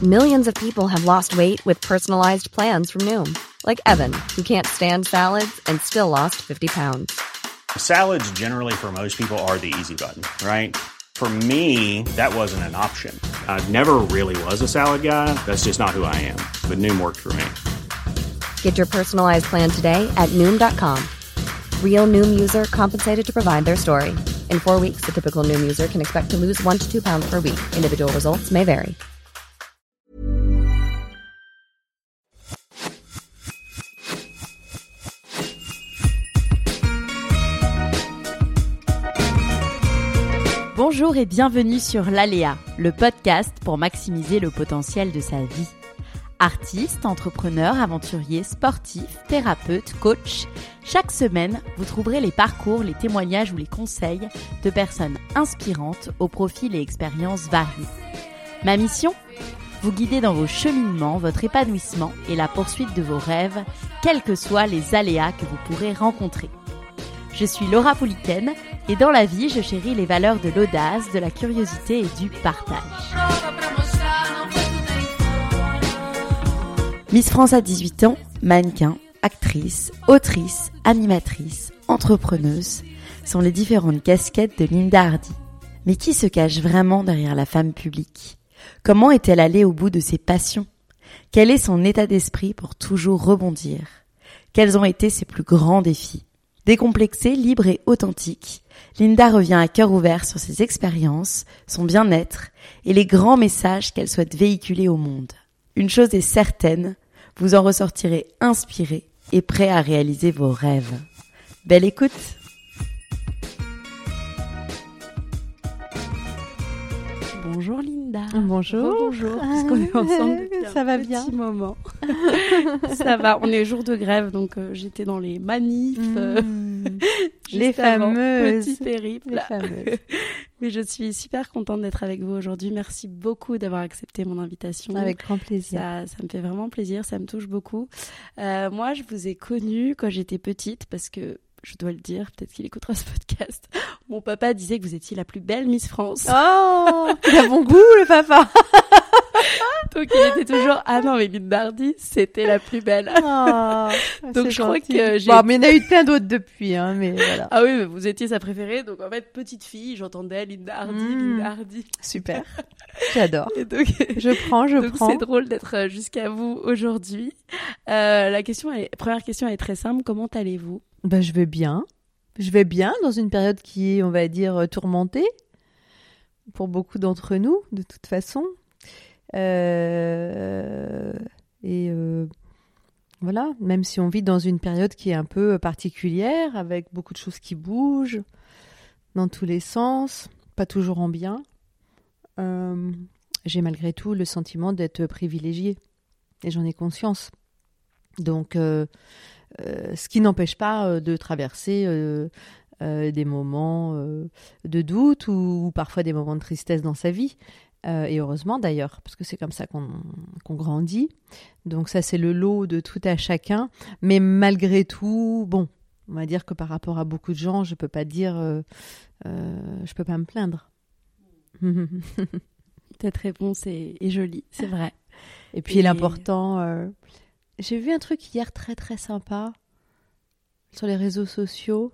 Millions of people have lost weight with personalized plans from Noom. Like Evan, who can't stand salads and still lost 50 pounds. Salads generally for most people are the easy button, right? For me, that wasn't an option. I never really was a salad guy. That's just not who I am. But Noom worked for me. Get your personalized plan today at Noom.com. Real Noom user compensated to provide their story. In 4 weeks, the typical Noom user can expect to lose 1 to 2 pounds per week. Individual results may vary. Bonjour et bienvenue sur l'Aléa, le podcast pour maximiser le potentiel de sa vie. Artiste, entrepreneur, aventurier, sportif, thérapeute, coach, chaque semaine, vous trouverez les parcours, les témoignages ou les conseils de personnes inspirantes aux profils et expériences variés. Ma mission ? Vous guider dans vos cheminements, votre épanouissement et la poursuite de vos rêves, quels que soient les aléas que vous pourrez rencontrer. Je suis Laura Pouliken et dans la vie, je chéris les valeurs de l'audace, de la curiosité et du partage. Miss France à 18 ans, mannequin, actrice, autrice, animatrice, entrepreneuse sont les différentes casquettes de Linda Hardy. Mais qui se cache vraiment derrière la femme publique ? Comment est-elle allée au bout de ses passions ? Quel est son état d'esprit pour toujours rebondir ? Quels ont été ses plus grands défis ? Décomplexée, libre et authentique, Linda revient à cœur ouvert sur ses expériences, son bien-être et les grands messages qu'elle souhaite véhiculer au monde. Une chose est certaine, vous en ressortirez inspiré et prêt à réaliser vos rêves. Belle écoute! Bonjour Linda. Bonjour. Bonjour. Parce qu'on est ensemble depuis ça va petit bien. moment. Ça va. On est jour de grève, donc j'étais dans les manifs. Les juste avant, fameuses. Petit périple. Les fameuses. Mais je suis super contente d'être avec vous aujourd'hui. Merci beaucoup d'avoir accepté mon invitation. Avec grand plaisir. Ça me fait vraiment plaisir. Ça me touche beaucoup. Moi, je vous ai connue quand j'étais petite parce que je dois le dire, peut-être qu'il écoutera ce podcast. Mon papa disait que vous étiez la plus belle Miss France. Oh, il a bon goût, le papa. Donc il était toujours « Ah non, mais Linda Hardy, c'était la plus belle. Oh, » Donc je crois que j'ai... Bon, mais il y en a eu plein d'autres depuis, hein, mais voilà. Ah oui, mais vous étiez sa préférée. Donc en fait, petite fille, j'entendais Linda Hardy, Linda Hardy. Super. J'adore. Et donc, Je prends. donc c'est drôle d'être jusqu'à vous aujourd'hui. Première question est très simple. Comment allez-vous ? Ben, je vais bien. Je vais bien dans une période qui est, on va dire, tourmentée. Pour beaucoup d'entre nous, de toute façon. Voilà, même si on vit dans une période qui est un peu particulière, avec beaucoup de choses qui bougent dans tous les sens, pas toujours en bien, j'ai malgré tout le sentiment d'être privilégiée et j'en ai conscience. Donc, ce qui n'empêche pas de traverser des moments de doute ou parfois des moments de tristesse dans sa vie. Et heureusement d'ailleurs, parce que c'est comme ça qu'on grandit. Donc ça, c'est le lot de tout à chacun. Mais malgré tout, bon, on va dire que par rapport à beaucoup de gens, je peux pas me plaindre. Cette réponse est jolie, c'est vrai. Et puis l'important, j'ai vu un truc hier très très sympa sur les réseaux sociaux.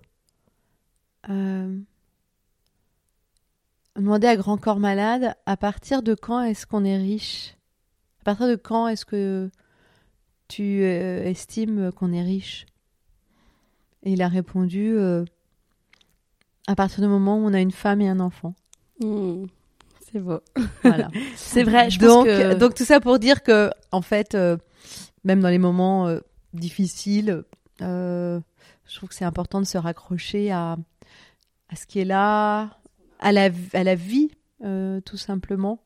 Demander à Grand Corps Malade, à partir de quand est-ce qu'on est riche ? À partir de quand est-ce que tu estimes qu'on est riche ? Et il a répondu à partir du moment où on a une femme et un enfant. C'est beau. Voilà. C'est vrai. Je pense que... Donc tout ça pour dire que, en fait, même dans les moments difficiles, je trouve que c'est important de se raccrocher à ce qui est là, à la vie, tout simplement,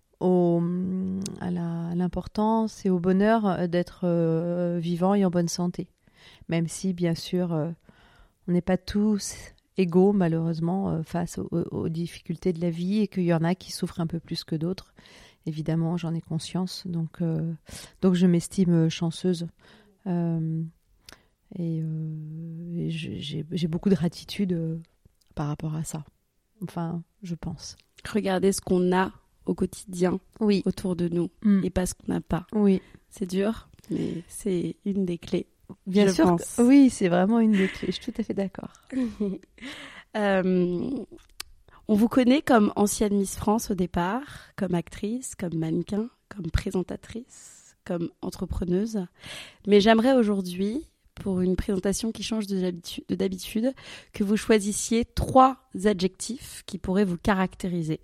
à l'importance et au bonheur d'être vivant et en bonne santé. Même si, bien sûr, on n'est pas tous égaux, malheureusement, face aux difficultés de la vie et qu'il y en a qui souffrent un peu plus que d'autres. Évidemment, j'en ai conscience. Donc je m'estime chanceuse. Et j'ai beaucoup de gratitude par rapport à ça. Enfin, je pense. Regardez ce qu'on a au quotidien Oui. autour de nous et pas ce qu'on n'a pas. Oui. C'est dur, mais c'est une des clés. Bien je sûr. pense. Oui, c'est vraiment une des clés. Je suis tout à fait d'accord. On vous connaît comme ancienne Miss France au départ, comme actrice, comme mannequin, comme présentatrice, comme entrepreneuse. Mais j'aimerais aujourd'hui, pour une présentation qui change de d'habitude, que vous choisissiez 3 adjectifs qui pourraient vous caractériser.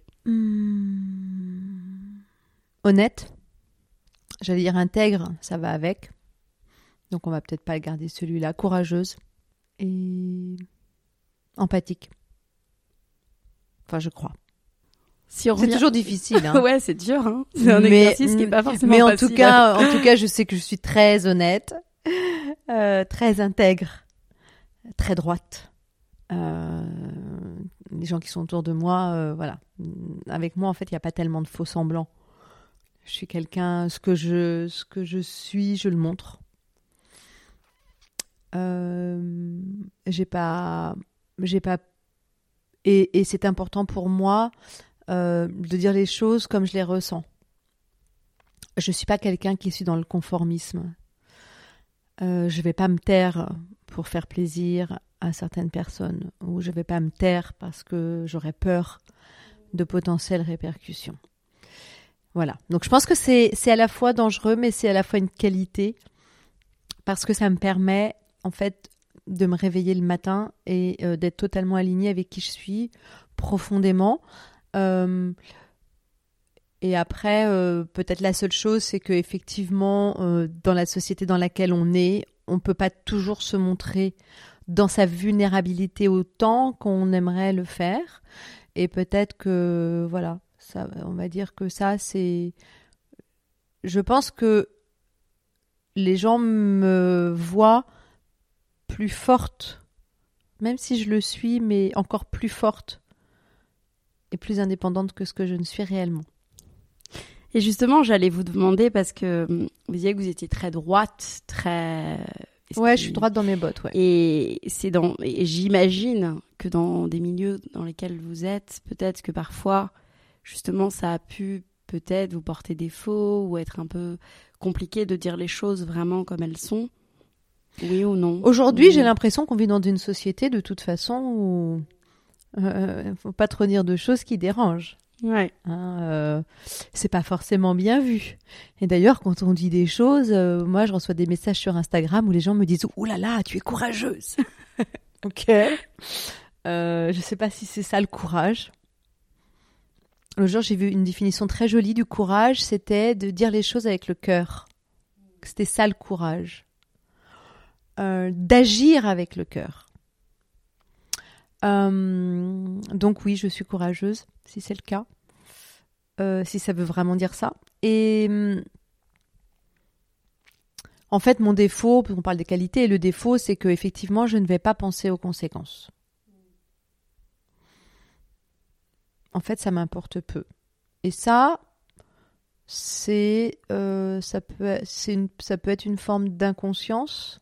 Honnête. J'allais dire intègre, ça va avec. Donc on va peut-être pas garder celui-là. Courageuse et empathique. Enfin, je crois. Si on C'est revient... toujours difficile. Hein. Ouais, c'est dur. Hein. C'est un exercice qui est pas forcément mais facile. en tout cas, je sais que je suis très honnête, très intègre, très droite. Les gens qui sont autour de moi, voilà. Avec moi, en fait, il n'y a pas tellement de faux semblants. Je suis quelqu'un, ce que je suis, je le montre. J'ai pas, et c'est important pour moi de dire les choses comme je les ressens. Je suis pas quelqu'un qui suis dans le conformisme. Je vais pas me taire pour faire plaisir à certaines personnes, ou je vais pas me taire parce que j'aurais peur de potentielles répercussions. Voilà. Donc je pense que c'est à la fois dangereux, mais c'est à la fois une qualité parce que ça me permet en fait de me réveiller le matin et d'être totalement alignée avec qui je suis profondément. Et après, peut-être la seule chose, c'est que effectivement, dans la société dans laquelle on est, on peut pas toujours se montrer dans sa vulnérabilité autant qu'on aimerait le faire. Et peut-être que, voilà, ça, on va dire que ça, c'est... Je pense que les gens me voient plus forte, même si je le suis, mais encore plus forte et plus indépendante que ce que je ne suis réellement. Et justement, j'allais vous demander, parce que vous disiez que vous étiez très droite, très... Ouais, je suis droite dans mes bottes, ouais. Et j'imagine que dans des milieux dans lesquels vous êtes, peut-être que parfois, justement, ça a pu peut-être vous porter défaut ou être un peu compliqué de dire les choses vraiment comme elles sont. Oui ou non? Aujourd'hui, j'ai l'impression qu'on vit dans une société, de toute façon, où faut pas trop dire de choses qui dérangent. Ouais. C'est pas forcément bien vu. Et d'ailleurs, quand on dit des choses, moi, je reçois des messages sur Instagram où les gens me disent « Ouh là là, tu es courageuse !» Ok. Je sais pas si c'est ça le courage. Le jour, j'ai vu une définition très jolie du courage, c'était de dire les choses avec le cœur. C'était ça le courage. D'agir avec le cœur. Donc oui, je suis courageuse, si c'est le cas, si ça veut vraiment dire ça. Et en fait, mon défaut, on parle des qualités, et le défaut, c'est que effectivement, je ne vais pas penser aux conséquences. En fait, ça m'importe peu. Et ça, ça peut être une forme d'inconscience.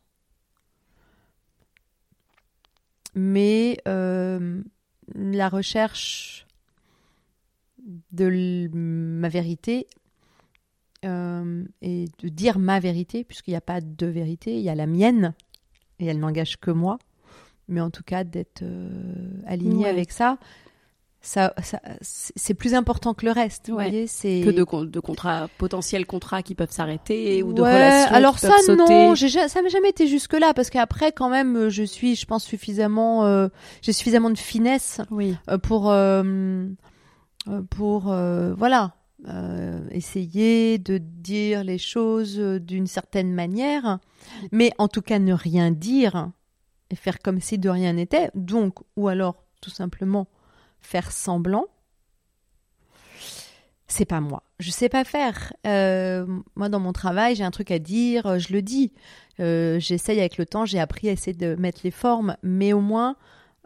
Mais la recherche de ma vérité et de dire ma vérité, puisqu'il n'y a pas de vérité, il y a la mienne, et elle n'engage que moi, mais en tout cas d'être alignée avec ça, c'est plus important que le reste. Vous voyez, c'est... Que de potentiels contrats qui peuvent s'arrêter ou de relations alors qui peuvent sauter. Non, ça m'est jamais été jusque là parce qu'après quand même j'ai suffisamment de finesse pour essayer de dire les choses d'une certaine manière, mais en tout cas ne rien dire et faire comme si de rien n'était. Donc, ou alors tout simplement faire semblant, c'est pas moi. Je sais pas faire. Moi, dans mon travail, j'ai un truc à dire, je le dis. J'essaye avec le temps, j'ai appris à essayer de mettre les formes, mais au moins,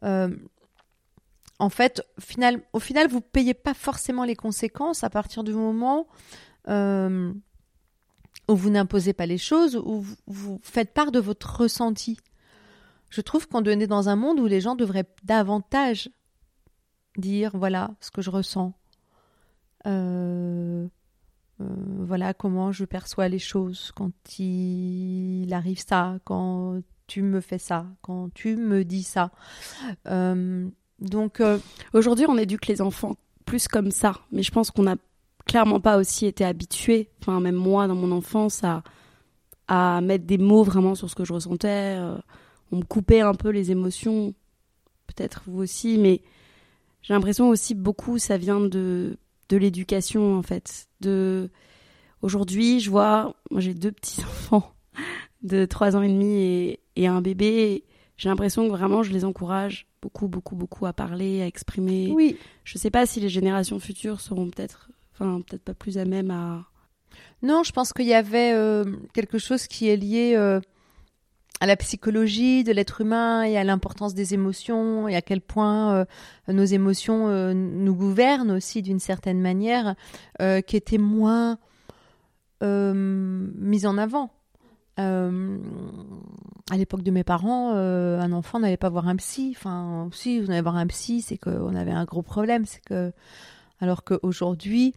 en fait, au final, vous payez pas forcément les conséquences à partir du moment où vous n'imposez pas les choses, où vous faites part de votre ressenti. Je trouve qu'on est dans un monde où les gens devraient davantage dire voilà ce que je ressens. Voilà comment je perçois les choses quand il arrive ça, quand tu me fais ça, quand tu me dis ça. Donc aujourd'hui, on éduque les enfants plus comme ça, mais je pense qu'on n'a clairement pas aussi été habitués, enfin même moi dans mon enfance, à mettre des mots vraiment sur ce que je ressentais. On me coupait un peu les émotions, peut-être vous aussi, mais j'ai l'impression aussi beaucoup ça vient de l'éducation en fait. Aujourd'hui, je vois, moi j'ai 2 petits-enfants de 3 ans et demi et un bébé. J'ai l'impression que vraiment je les encourage beaucoup, beaucoup, beaucoup à parler, à exprimer. oui. Je sais pas si les générations futures seront peut-être pas plus à même à... Non, je pense qu'il y avait quelque chose qui est lié à la psychologie de l'être humain et à l'importance des émotions et à quel point nos émotions nous gouvernent aussi d'une certaine manière, qui était moins mise en avant. À l'époque de mes parents, un enfant n'allait pas voir un psy. Enfin, si vous allez voir un psy, c'est qu'on avait un gros problème. Alors qu'aujourd'hui,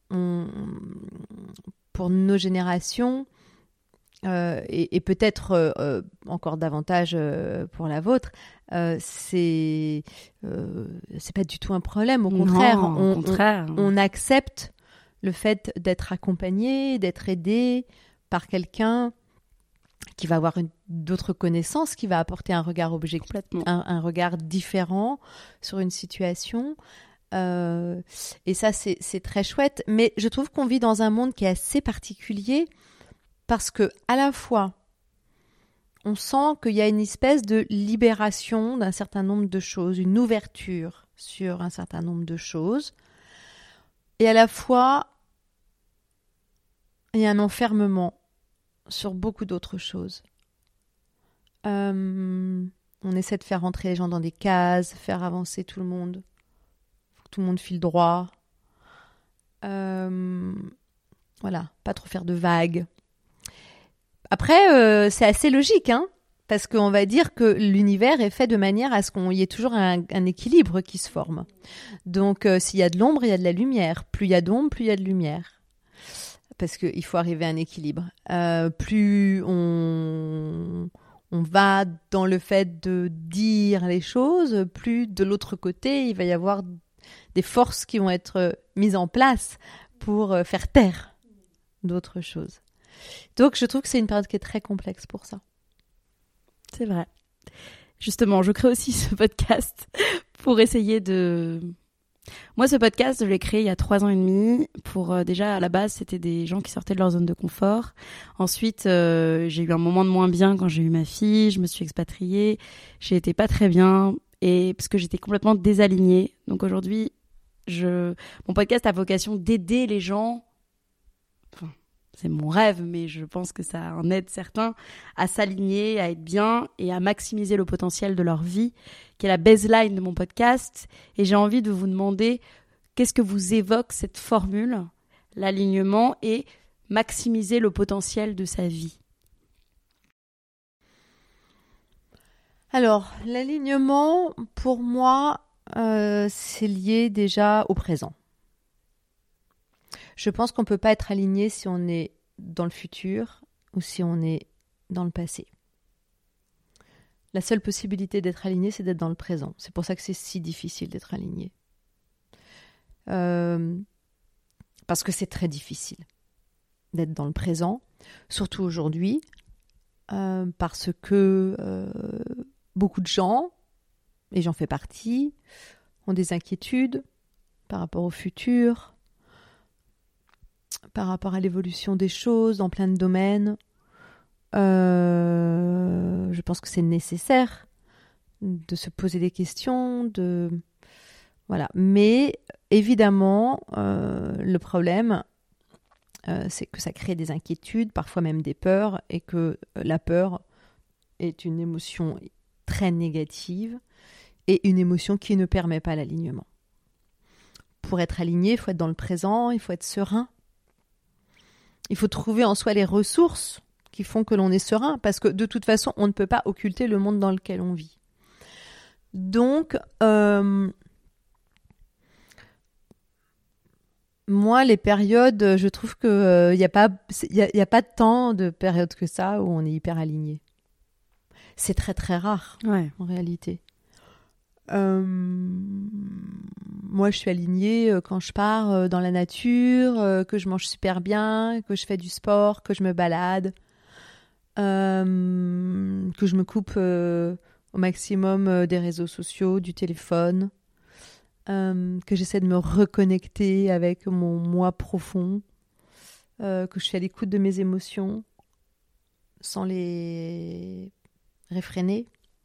pour nos générations, et peut-être encore davantage pour la vôtre, c'est pas du tout un problème. Au contraire, Non, au contraire. on accepte le fait d'être accompagné, d'être aidé par quelqu'un qui va avoir d'autres connaissances, qui va apporter un regard objectif, un regard différent sur une situation. Et ça, c'est très chouette. Mais je trouve qu'on vit dans un monde qui est assez particulier parce que, à la fois, on sent qu'il y a une espèce de libération d'un certain nombre de choses, une ouverture sur un certain nombre de choses. Et à la fois, il y a un enfermement sur beaucoup d'autres choses. On essaie de faire rentrer les gens dans des cases, faire avancer tout le monde. Faut que tout le monde file droit. Voilà, pas trop faire de vagues. Après, c'est assez logique, hein, parce qu'on va dire que l'univers est fait de manière à ce qu'il y ait toujours un équilibre qui se forme. Donc, s'il y a de l'ombre, il y a de la lumière. Plus il y a d'ombre, plus il y a de lumière. Parce qu'il faut arriver à un équilibre. Plus on va dans le fait de dire les choses, plus de l'autre côté, il va y avoir des forces qui vont être mises en place pour faire taire d'autres choses. Donc, je trouve que c'est une période qui est très complexe pour ça. C'est vrai. Justement, je crée aussi ce podcast pour essayer de... Moi, ce podcast, je l'ai créé il y a 3 ans et demi. Pour déjà, à la base, c'était des gens qui sortaient de leur zone de confort. Ensuite, j'ai eu un moment de moins bien quand j'ai eu ma fille. Je me suis expatriée. J'ai été pas très bien et parce que j'étais complètement désalignée. Donc aujourd'hui, mon podcast a vocation d'aider les gens. Enfin, c'est mon rêve, mais je pense que ça en aide certains à s'aligner, à être bien et à maximiser le potentiel de leur vie, qui est la baseline de mon podcast. Et j'ai envie de vous demander qu'est-ce que vous évoque cette formule, l'alignement et maximiser le potentiel de sa vie. Alors, l'alignement, pour moi, c'est lié déjà au présent. Je pense qu'on ne peut pas être aligné si on est dans le futur ou si on est dans le passé. La seule possibilité d'être aligné, c'est d'être dans le présent. C'est pour ça que c'est si difficile d'être aligné. Parce que c'est très difficile d'être dans le présent, surtout aujourd'hui, parce que beaucoup de gens, et j'en fais partie, ont des inquiétudes par rapport au futur, par rapport à l'évolution des choses dans plein de domaines. Je pense que c'est nécessaire de se poser des questions, voilà. Mais évidemment, le problème, c'est que ça crée des inquiétudes, parfois même des peurs, et que la peur est une émotion très négative et une émotion qui ne permet pas l'alignement. Pour être aligné, il faut être dans le présent, il faut être serein. Il faut trouver en soi les ressources qui font que l'on est serein, parce que de toute façon, on ne peut pas occulter le monde dans lequel on vit. Donc, Moi, les périodes, je trouve que y a pas tant de périodes que ça où on est hyper aligné. C'est très très rare Ouais. en réalité. Moi, je suis alignée quand je pars dans la nature, que je mange super bien, que je fais du sport, que je me balade, que je me coupe au maximum des réseaux sociaux, du téléphone, que j'essaie de me reconnecter avec mon moi profond, que je suis à l'écoute de mes émotions sans les réfréner.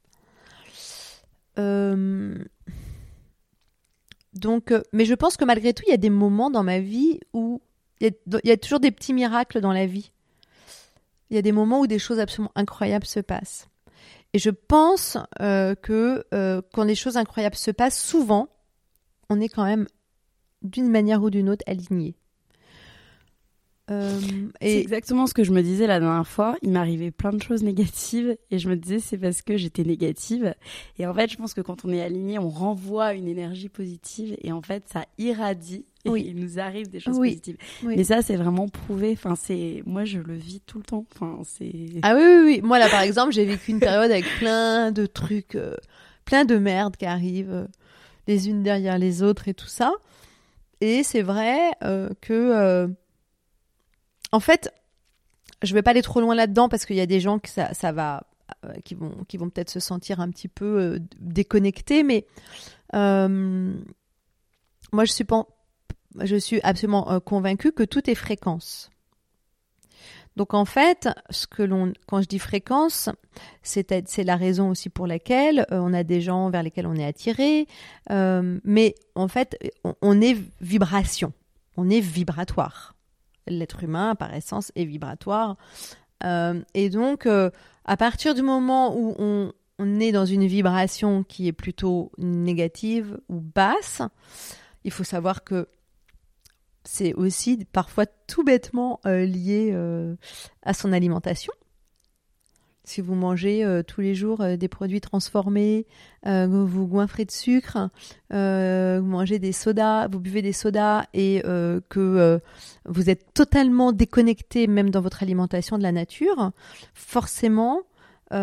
Donc, mais je pense que malgré tout, il y a des moments dans ma vie où il y a toujours des petits miracles dans la vie. Il y a des moments où des choses absolument incroyables se passent. Et je pense que quand les choses incroyables se passent, souvent, on est quand même, d'une manière ou d'une autre, aligné. C'est exactement ce que je me disais la dernière fois. Il m'arrivait plein de choses négatives et je me disais c'est parce que j'étais négative. Et en fait, je pense que quand on est aligné, on renvoie une énergie positive et en fait, ça irradie et Oui. il nous arrive des choses Oui. positives. Oui. Mais ça, c'est vraiment prouvé. Enfin, moi, je le vis tout le temps. Enfin, Ah oui. Moi, là, par exemple, j'ai vécu une période avec plein de trucs, plein de merde qui arrivent les unes derrière les autres et tout ça. Et c'est vrai que... En fait, je vais pas aller trop loin là-dedans parce qu'il y a des gens qui vont peut-être se sentir un petit peu déconnectés, mais moi je suis absolument convaincue que tout est fréquence. Donc en fait, quand je dis fréquence, c'est la raison aussi pour laquelle on a des gens vers lesquels on est attiré, mais en fait, on est vibration, on est vibratoire. L'être humain, par essence, est vibratoire. Et donc, à partir du moment où on est dans une vibration qui est plutôt négative ou basse, il faut savoir que c'est aussi parfois tout bêtement lié à son alimentation. Si vous mangez tous les jours des produits transformés, vous goinfrez de sucre, vous mangez des sodas, vous buvez des sodas et que vous êtes totalement déconnecté même dans votre alimentation de la nature, forcément, vous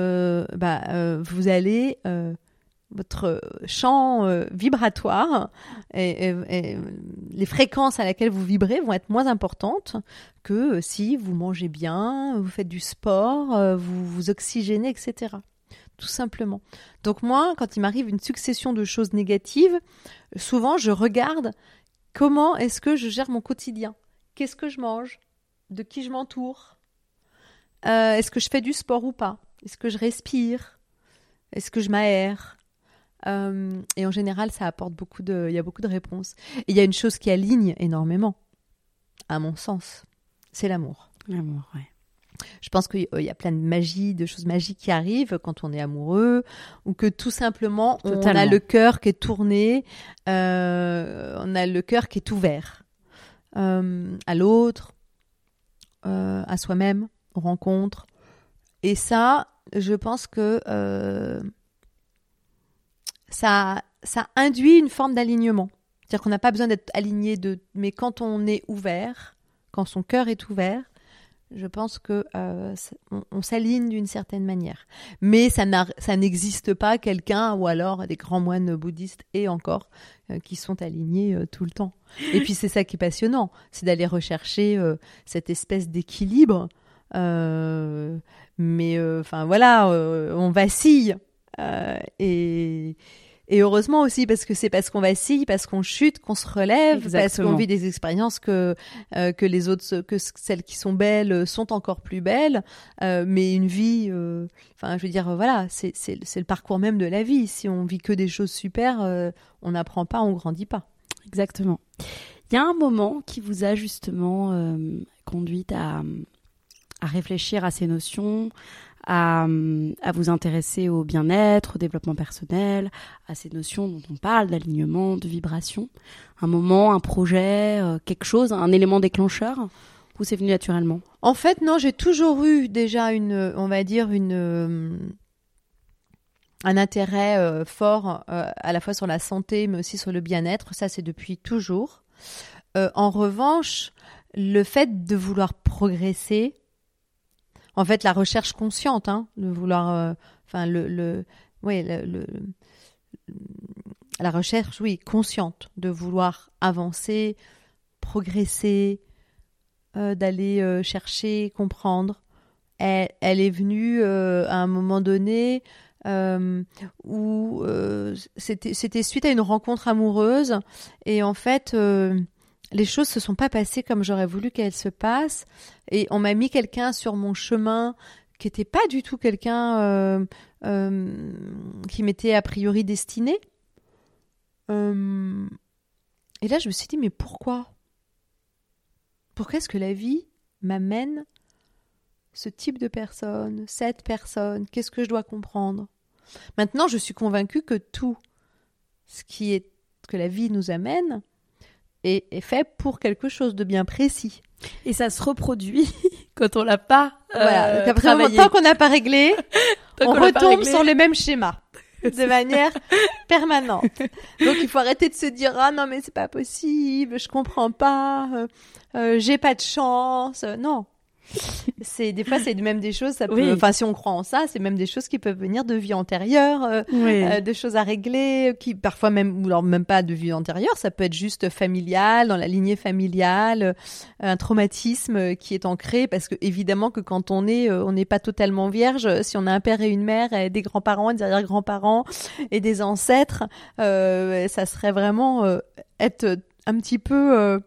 allez... votre champ vibratoire et les fréquences à laquelle vous vibrez vont être moins importantes que si vous mangez bien, vous faites du sport, vous vous oxygénez, etc. Tout simplement. Donc moi, quand il m'arrive une succession de choses négatives, souvent je regarde comment est-ce que je gère mon quotidien. Qu'est-ce que je mange? De qui je m'entoure? Est-ce que je fais du sport ou pas? Est-ce que je respire? Est-ce que je m'aère? Et en général, ça apporte il y a beaucoup de réponses. Et il y a une chose qui aligne énormément, à mon sens, c'est l'amour. L'amour, ouais. Je pense qu'il y a plein de magie, de choses magiques qui arrivent quand on est amoureux, ou que tout simplement, on a le cœur qui est tourné, on a le cœur qui est ouvert à l'autre, à soi-même, aux rencontres. Et ça, je pense que ça induit une forme d'alignement. C'est-à-dire qu'on n'a pas besoin d'être aligné mais quand on est ouvert, quand son cœur est ouvert, je pense que on s'aligne d'une certaine manière. Mais ça n'existe pas quelqu'un, ou alors des grands moines bouddhistes et encore, qui sont alignés tout le temps. Et puis c'est ça qui est passionnant, c'est d'aller rechercher cette espèce d'équilibre. Mais voilà, on vacille. Et heureusement aussi, parce que c'est parce qu'on vacille, parce qu'on chute, qu'on se relève, Exactement. parce qu'on vit des expériences que les autres, que celles qui sont belles sont encore plus belles. Mais une vie, je veux dire, voilà, c'est le parcours même de la vie. Si on vit que des choses super, on n'apprend pas, on grandit pas. Exactement. Il y a un moment qui vous a justement conduite à réfléchir à ces notions, à vous intéresser au bien-être, au développement personnel, à ces notions dont on parle, d'alignement, de vibration. Un moment, un projet, quelque chose, un élément déclencheur, ou c'est venu naturellement? En fait, non, j'ai toujours eu déjà un intérêt fort à la fois sur la santé, mais aussi sur le bien-être. Ça, c'est depuis toujours. en revanche, le fait de vouloir progresser, en fait, la recherche consciente, de vouloir, la recherche, oui, consciente, de vouloir avancer, progresser, d'aller chercher, comprendre. Elle est venue à un moment donné où c'était suite à une rencontre amoureuse et en fait les choses se sont pas passées comme j'aurais voulu qu'elles se passent et on m'a mis quelqu'un sur mon chemin qui était pas du tout quelqu'un qui m'était a priori destiné. Et là je me suis dit mais pourquoi est-ce que la vie m'amène ce type de personne, cette personne, qu'est-ce que je dois comprendre? Maintenant, je suis convaincue que tout ce que la vie nous amène est fait pour quelque chose de bien précis. Et ça se reproduit quand on l'a pas travaillé. Tant qu'on n'a pas réglé, on retombe sur le même schéma de manière permanente. Donc, il faut arrêter de se dire « Ah non, mais c'est pas possible, je comprends pas, j'ai pas de chance. » Non. Des fois c'est même des choses si on croit en ça, c'est même des choses qui peuvent venir de vie antérieure, de choses à régler qui parfois même ou alors même pas de vie antérieure, ça peut être juste familial, dans la lignée familiale, un traumatisme qui est ancré parce que évidemment que quand on n'est pas totalement vierge, si on a un père et une mère et des grands-parents, des arrière-grands-parents et des ancêtres, ça serait vraiment être un petit peu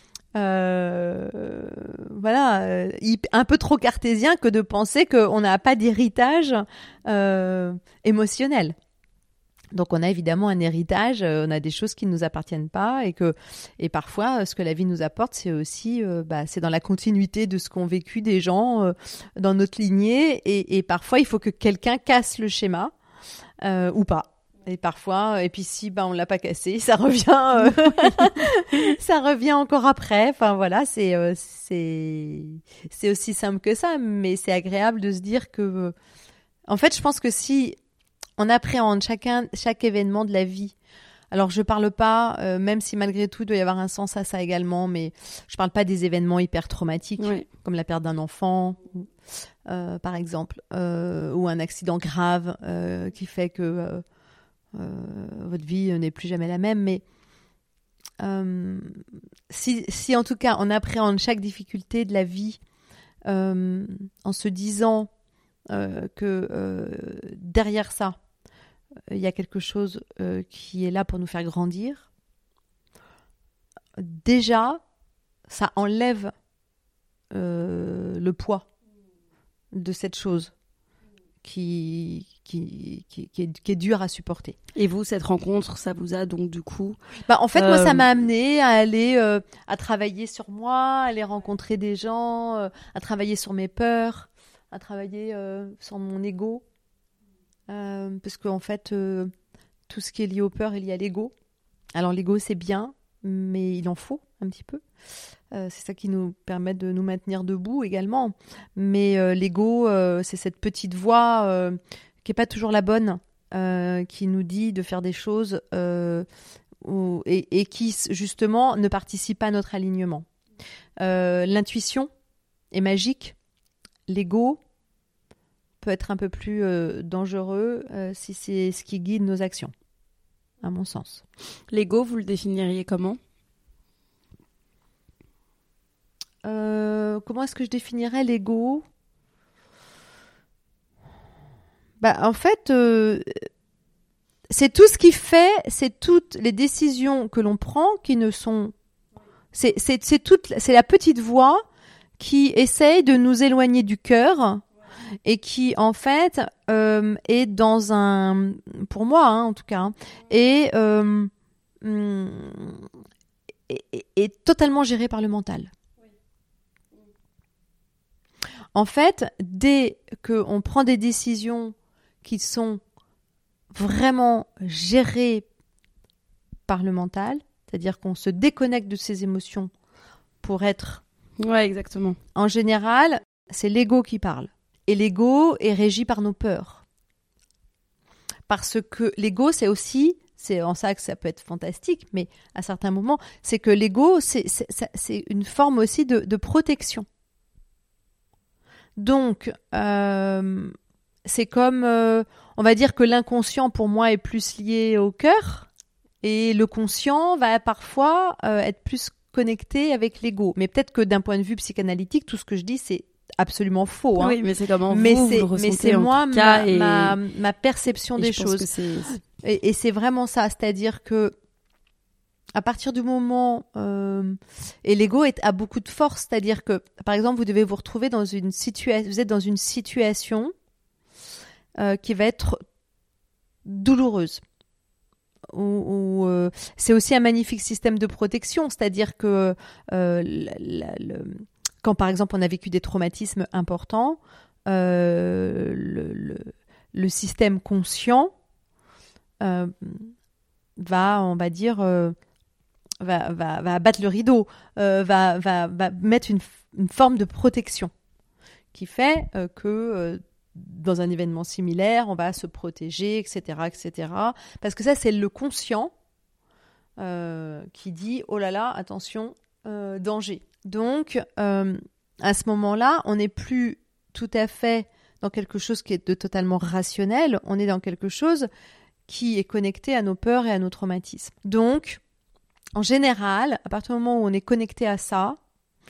un peu trop cartésien que de penser qu'on n'a pas d'héritage émotionnel. Donc on a évidemment un héritage, on a des choses qui ne nous appartiennent pas et parfois ce que la vie nous apporte c'est aussi c'est dans la continuité de ce qu'ont vécu des gens dans notre lignée et parfois il faut que quelqu'un casse le schéma ou pas. Et parfois, et puis si on l'a pas cassé, ça revient, ça revient encore après. Enfin voilà, c'est aussi simple que ça, mais c'est agréable de se dire que, en fait, je pense que si on appréhende chaque événement de la vie. Alors je parle pas, même si malgré tout il doit y avoir un sens à ça également, mais je parle pas des événements hyper traumatiques comme la perte d'un enfant, par exemple, ou un accident grave qui fait que votre vie n'est plus jamais la même, mais si en tout cas on appréhende chaque difficulté de la vie en se disant que derrière ça il y a quelque chose qui est là pour nous faire grandir, déjà ça enlève le poids de cette chose qui est dur à supporter. Et vous, cette rencontre, ça vous a donc du coup... En fait, moi, ça m'a amené à aller à travailler sur moi, à aller rencontrer des gens, à travailler sur mes peurs, à travailler sur mon ego. Parce qu'en fait, tout ce qui est lié aux peurs est lié à l'ego. Alors, l'ego, c'est bien, mais il en faut un petit peu. C'est ça qui nous permet de nous maintenir debout également. Mais l'ego, c'est cette petite voix qui n'est pas toujours la bonne, qui nous dit de faire des choses et qui, justement, ne participe pas à notre alignement. L'intuition est magique. L'ego peut être un peu plus dangereux si c'est ce qui guide nos actions, à mon sens. L'ego, vous le définiriez comment ? Comment est-ce que je définirais l'ego ? En fait, c'est tout ce qui fait, c'est toutes les décisions que l'on prend qui ne sont... C'est la petite voix qui essaye de nous éloigner du cœur et qui, en fait, est dans un... Pour moi, en tout cas, est totalement gérée par le mental. En fait, dès qu'on prend des décisions qui sont vraiment gérées par le mental, c'est-à-dire qu'on se déconnecte de ses émotions pour être... Ouais, exactement. En général, c'est l'ego qui parle. Et l'ego est régi par nos peurs. Parce que l'ego, c'est c'est en ça que ça peut être fantastique, mais à certains moments, c'est que l'ego, c'est une forme aussi de protection. Donc, c'est comme, on va dire que l'inconscient, pour moi, est plus lié au cœur, et le conscient va parfois être plus connecté avec l'ego. Mais peut-être que d'un point de vue psychanalytique, tout ce que je dis, c'est absolument faux. Hein. Oui, mais c'est comment vous le ressentez, mais c'est en moi, tout cas, ma perception des choses. Et c'est vraiment ça, c'est-à-dire que à partir du moment et l'ego a beaucoup de force, c'est-à-dire que par exemple vous devez vous retrouver dans une situation, vous êtes dans une situation qui va être douloureuse. C'est aussi un magnifique système de protection, c'est-à-dire que quand par exemple on a vécu des traumatismes importants, le système conscient va, on va dire, va abattre le rideau, va mettre une forme de protection qui fait que dans un événement similaire, on va se protéger, etc., etc. Parce que ça, c'est le conscient qui dit « Oh là là, attention, danger ». Donc, à ce moment-là, on n'est plus tout à fait dans quelque chose qui est de totalement rationnel, on est dans quelque chose qui est connecté à nos peurs et à nos traumatismes. Donc, en général, à partir du moment où on est connecté à ça,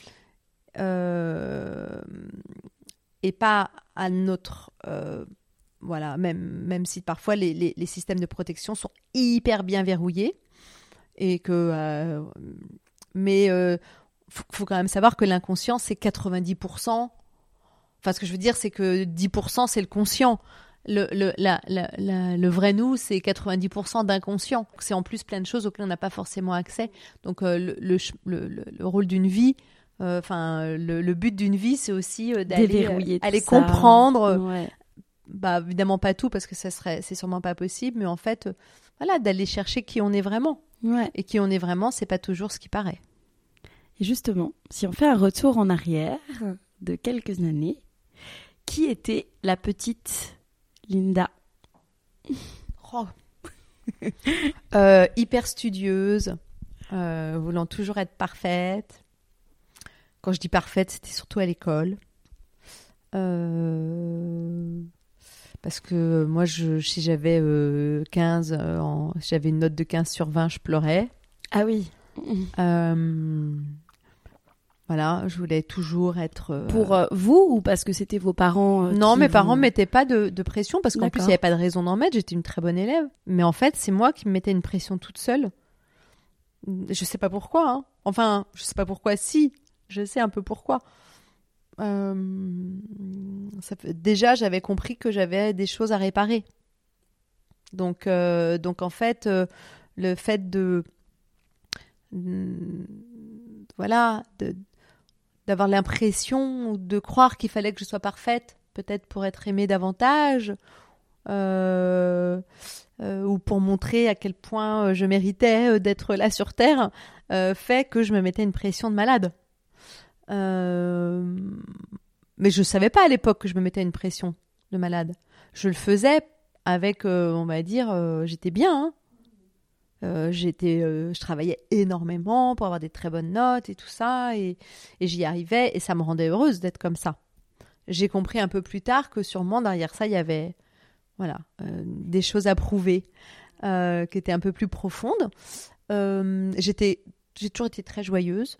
et pas à notre... voilà, même si parfois les systèmes de protection sont hyper bien verrouillés, et que... mais faut quand même savoir que l'inconscient, c'est 90%. Enfin, ce que je veux dire, c'est que 10%, c'est le conscient. Le vrai nous, c'est 90% d'inconscient. C'est en plus plein de choses auxquelles on n'a pas forcément accès. Donc, le rôle d'une vie... le but d'une vie, c'est aussi d'aller aller comprendre. Ouais. Bah, évidemment pas tout, parce que c'est sûrement pas possible, mais en fait, voilà, d'aller chercher qui on est vraiment. Ouais. Et qui on est vraiment, c'est pas toujours ce qui paraît. Et justement, si on fait un retour en arrière de quelques années, qui était la petite Linda? Hyper studieuse, voulant toujours être parfaite. Quand je dis parfaite, c'était surtout à l'école. Parce que moi, si j'avais 15, j'avais une note de 15 sur 20, je pleurais. Ah oui. Voilà, je voulais toujours être... Pour vous, ou parce que c'était vos parents Non, mes parents ne mettaient pas de pression, parce qu'en plus, il n'y avait pas de raison d'en mettre. J'étais une très bonne élève. Mais en fait, c'est moi qui me mettais une pression toute seule. Je ne sais pas pourquoi. Hein. Enfin, je ne sais pas pourquoi, si. Je sais un peu pourquoi. Déjà, j'avais compris que j'avais des choses à réparer. Donc en fait, le fait d'avoir l'impression ou de croire qu'il fallait que je sois parfaite, peut-être pour être aimée davantage, ou pour montrer à quel point je méritais d'être là sur Terre, fait que je me mettais une pression de malade. Mais je savais pas à l'époque que je me mettais une pression de malade. Je le faisais avec, on va dire, j'étais bien. Hein. Je travaillais énormément pour avoir des très bonnes notes et tout ça, et j'y arrivais, et ça me rendait heureuse d'être comme ça. J'ai compris un peu plus tard que sûrement derrière ça, il y avait des choses à prouver qui étaient un peu plus profondes. J'ai toujours été très joyeuse.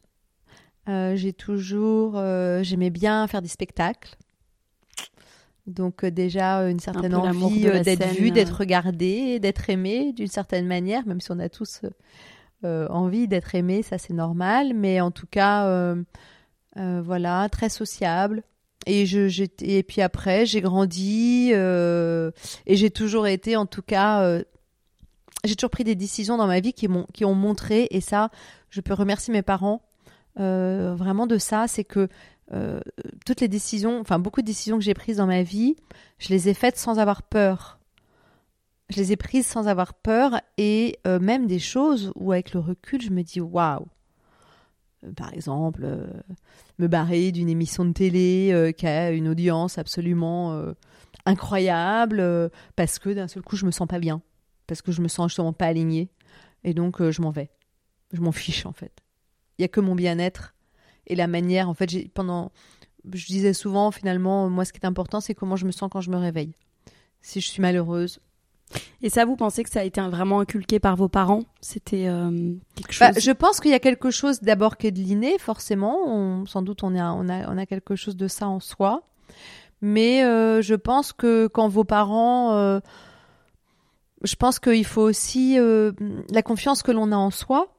J'aimais bien faire des spectacles. Donc déjà une certaine envie d'être vue, d'être regardée, d'être aimée d'une certaine manière, même si on a tous envie d'être aimé, ça c'est normal. Mais en tout cas, voilà, très sociable. Et puis après, j'ai grandi et j'ai toujours été, en tout cas, j'ai toujours pris des décisions dans ma vie qui ont montré, et ça, je peux remercier mes parents vraiment de ça, c'est que toutes les décisions, enfin beaucoup de décisions que j'ai prises dans ma vie, je les ai faites sans avoir peur. Je les ai prises sans avoir peur, et même des choses où avec le recul, je me dis waouh. Par exemple, me barrer d'une émission de télé qui a une audience absolument incroyable parce que d'un seul coup, je me sens pas bien. parce que je me sens justement pas alignée. Et donc, je m'en vais. Je m'en fiche, en fait. Il y a que mon bien-être et la manière. En fait, je disais souvent, finalement, moi, ce qui est important, c'est comment je me sens quand je me réveille. Si je suis malheureuse. Et ça, vous pensez que ça a été vraiment inculqué par vos parents ? C'était quelque chose... Je pense qu'il y a quelque chose d'abord qui est de l'inné, forcément. Sans doute, on a quelque chose de ça en soi. Mais je pense que quand vos parents... je pense qu'il faut aussi la confiance que l'on a en soi.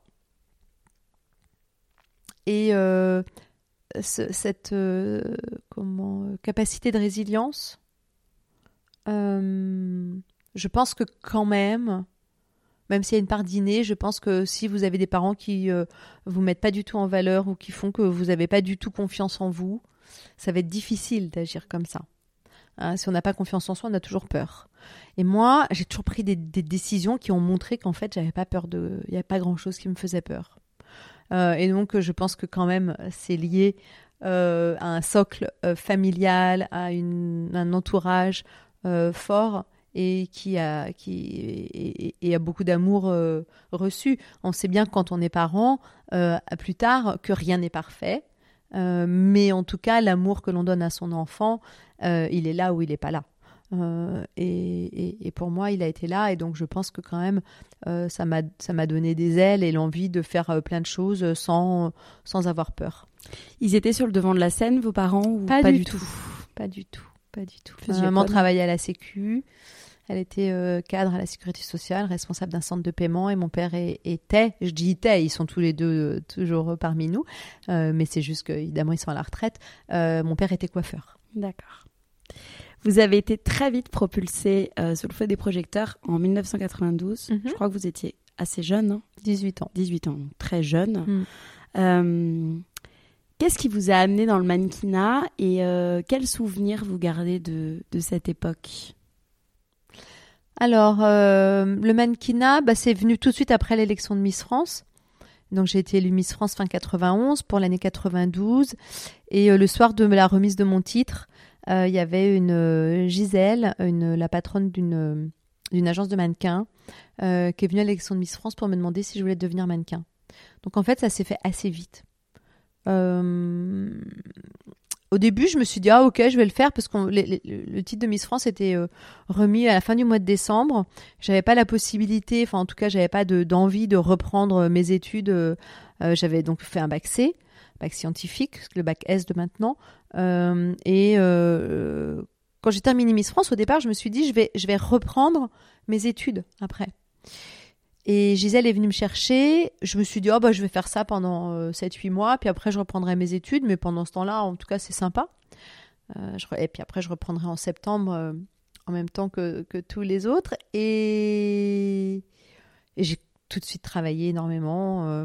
Et cette capacité de résilience, je pense que quand même s'il y a une part d'inné, je pense que si vous avez des parents qui vous mettent pas du tout en valeur ou qui font que vous n'avez pas du tout confiance en vous, ça va être difficile d'agir comme ça. Hein, si on n'a pas confiance en soi, on a toujours peur. Et moi, j'ai toujours pris des décisions qui ont montré qu'en fait, j'avais pas peur il n'y avait pas grand-chose qui me faisait peur. Et donc, je pense que quand même, c'est lié à un socle familial, à un entourage fort et qui a beaucoup d'amour reçu. On sait bien quand on est parent, plus tard, que rien n'est parfait. Mais en tout cas, l'amour que l'on donne à son enfant, il est là ou il n'est pas là. Et pour moi, il a été là. Et donc, je pense que quand même, ça m'a donné des ailes et l'envie de faire plein de choses sans avoir peur. Ils étaient sur le devant de la scène, vos parents, ou pas du tout. Pas du tout. Maman travaillait à la Sécu. Elle était cadre à la Sécurité sociale, responsable d'un centre de paiement, et mon père était, je dis était, ils sont tous les deux toujours parmi nous, mais c'est juste qu'évidemment ils sont à la retraite. Mon père était coiffeur. D'accord. Vous avez été très vite propulsée sur le feu des projecteurs en 1992. Je crois que vous étiez assez jeune. Hein, 18 ans. 18 ans, donc très jeune. Qu'est-ce qui vous a amené dans le mannequinat et quels souvenirs vous gardez de cette époque ? Alors, le mannequinat, c'est venu tout de suite après l'élection de Miss France. Donc, j'ai été élue Miss France fin 91 pour l'année 92. Et le soir de la remise de mon titre, il y avait une Gisèle, la patronne d'une agence de mannequins, qui est venue à l'élection de Miss France pour me demander si je voulais devenir mannequin. Donc, en fait, ça s'est fait assez vite. Au début, je me suis dit, ok, je vais le faire parce que le titre de Miss France était remis à la fin du mois de décembre. J'avais pas la possibilité, enfin en tout cas, j'avais pas d'envie de reprendre mes études. J'avais donc fait un bac C, bac scientifique, le bac S de maintenant. Quand j'ai terminé Miss France, au départ, je me suis dit, je vais reprendre mes études après. Et Gisèle est venue me chercher. Je me suis dit, je vais faire ça pendant 7-8 mois. Puis après, je reprendrai mes études. Mais pendant ce temps-là, en tout cas, c'est sympa. Et puis après, je reprendrai en septembre en même temps que tous les autres. Et j'ai tout de suite travaillé énormément.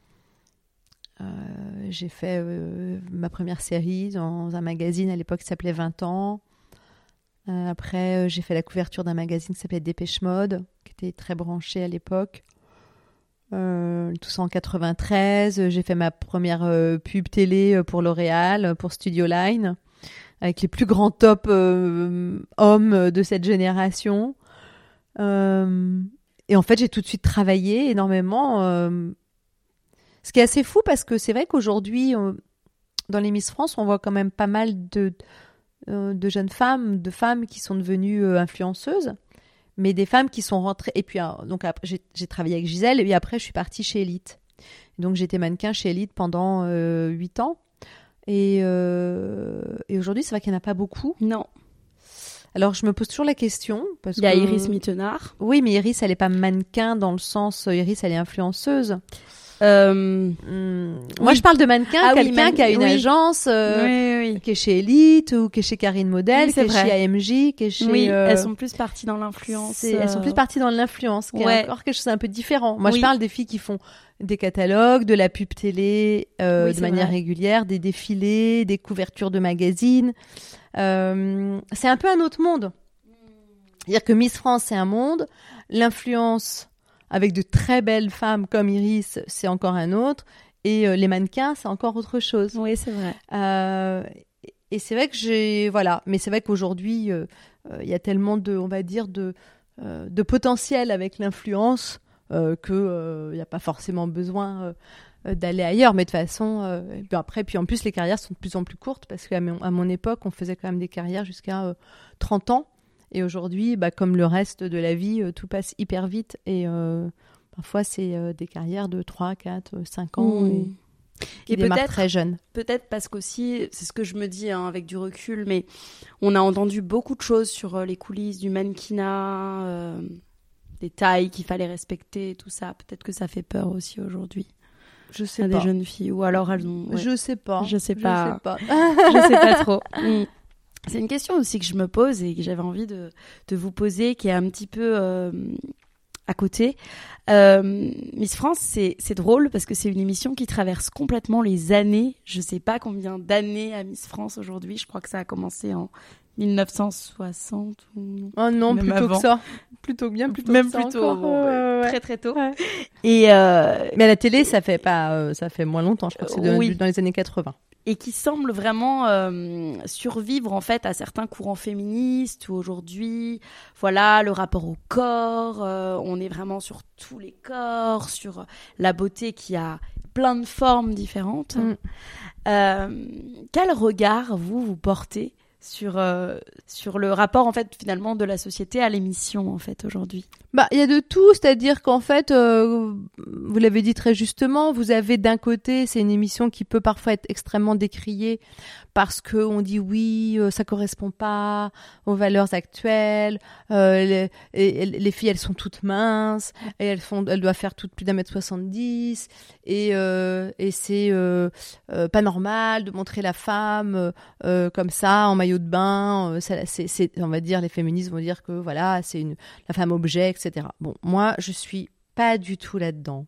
J'ai fait ma première série dans un magazine à l'époque qui s'appelait 20 ans. Après, j'ai fait la couverture d'un magazine qui s'appelait Dépêche Mode, qui était très branché à l'époque. Tout ça en 93. J'ai fait ma première pub télé pour L'Oréal, pour Studio Line, avec les plus grands top hommes de cette génération. Et en fait, j'ai tout de suite travaillé énormément. Ce qui est assez fou, parce que c'est vrai qu'aujourd'hui, dans les Miss France, on voit quand même pas mal de jeunes femmes, de femmes qui sont devenues influenceuses, mais des femmes qui sont rentrées. Et puis, donc après, j'ai travaillé avec Gisèle, et puis après, je suis partie chez Elite. Donc, j'étais mannequin chez Elite pendant 8 ans. Et aujourd'hui, c'est vrai qu'il n'y en a pas beaucoup. Non. Alors, je me pose toujours la question. Il y a Iris Mittenard. Oui, mais Iris, elle n'est pas mannequin dans le sens... Iris, elle est influenceuse. Moi, je parle de mannequin, quelqu'un qui a une agence, qui est chez Elite ou qui est chez Karine Model, qui est chez AMJ, qui est chez... Oui, elles sont plus parties dans l'influence. Elles sont plus parties dans l'influence, qui est encore quelque chose d'un peu différent. Moi, je parle des filles qui font des catalogues, de la pub télé de manière régulière, des défilés, des couvertures de magazines. C'est un peu un autre monde. C'est-à-dire que Miss France, c'est un monde. L'influence... avec de très belles femmes comme Iris, c'est encore un autre. Et les mannequins, c'est encore autre chose. Oui, c'est vrai. Et c'est vrai que Mais c'est vrai qu'aujourd'hui, il y a tellement de de potentiel avec l'influence que y a pas forcément besoin d'aller ailleurs, mais de toute façon puis en plus les carrières sont de plus en plus courtes parce qu'à mon époque on faisait quand même des carrières jusqu'à 30 ans et aujourd'hui comme le reste de la vie tout passe hyper vite et parfois c'est des carrières de 3, 4, 5 ans et démarrent très jeunes. Peut-être parce qu'aussi, c'est ce que je me dis avec du recul, mais on a entendu beaucoup de choses sur les coulisses du mannequinat, des tailles qu'il fallait respecter, tout ça. Peut-être que ça fait peur aussi aujourd'hui. Je sais à pas. Des jeunes filles, ou alors elles ont... Ouais. Je sais pas. Je sais pas. Je sais pas trop. C'est une question aussi que je me pose et que j'avais envie de vous poser, qui est un petit peu à côté. Miss France, c'est drôle parce que c'est une émission qui traverse complètement les années. Je sais pas combien d'années à Miss France aujourd'hui. Je crois que ça a commencé en 1960 ou... Oh non, même plutôt avant. Que ça. Plutôt Même que ça plutôt, encore. très très tôt. Ouais. Et Mais à la télé, ça fait pas, ça fait moins longtemps. Je crois que c'est oui. dans les années 80. Et qui semble vraiment survivre en fait à certains courants féministes où aujourd'hui, voilà, le rapport au corps, on est vraiment sur tous les corps, sur la beauté qui a plein de formes différentes. Quel regard vous portez sur le rapport en fait finalement de la société à l'émission en fait aujourd'hui? Il y a de tout, c'est-à-dire qu'en fait, vous l'avez dit très justement, vous avez d'un côté, c'est une émission qui peut parfois être extrêmement décriée parce que on dit oui, ça correspond pas aux valeurs actuelles, les filles elles sont toutes minces et elles doivent faire toutes plus d'1m70 et c'est pas normal de montrer la femme comme ça en maillot de bain, c'est on va dire les féministes vont dire que voilà, c'est la femme objet, etc. Bon, moi je suis pas du tout là-dedans.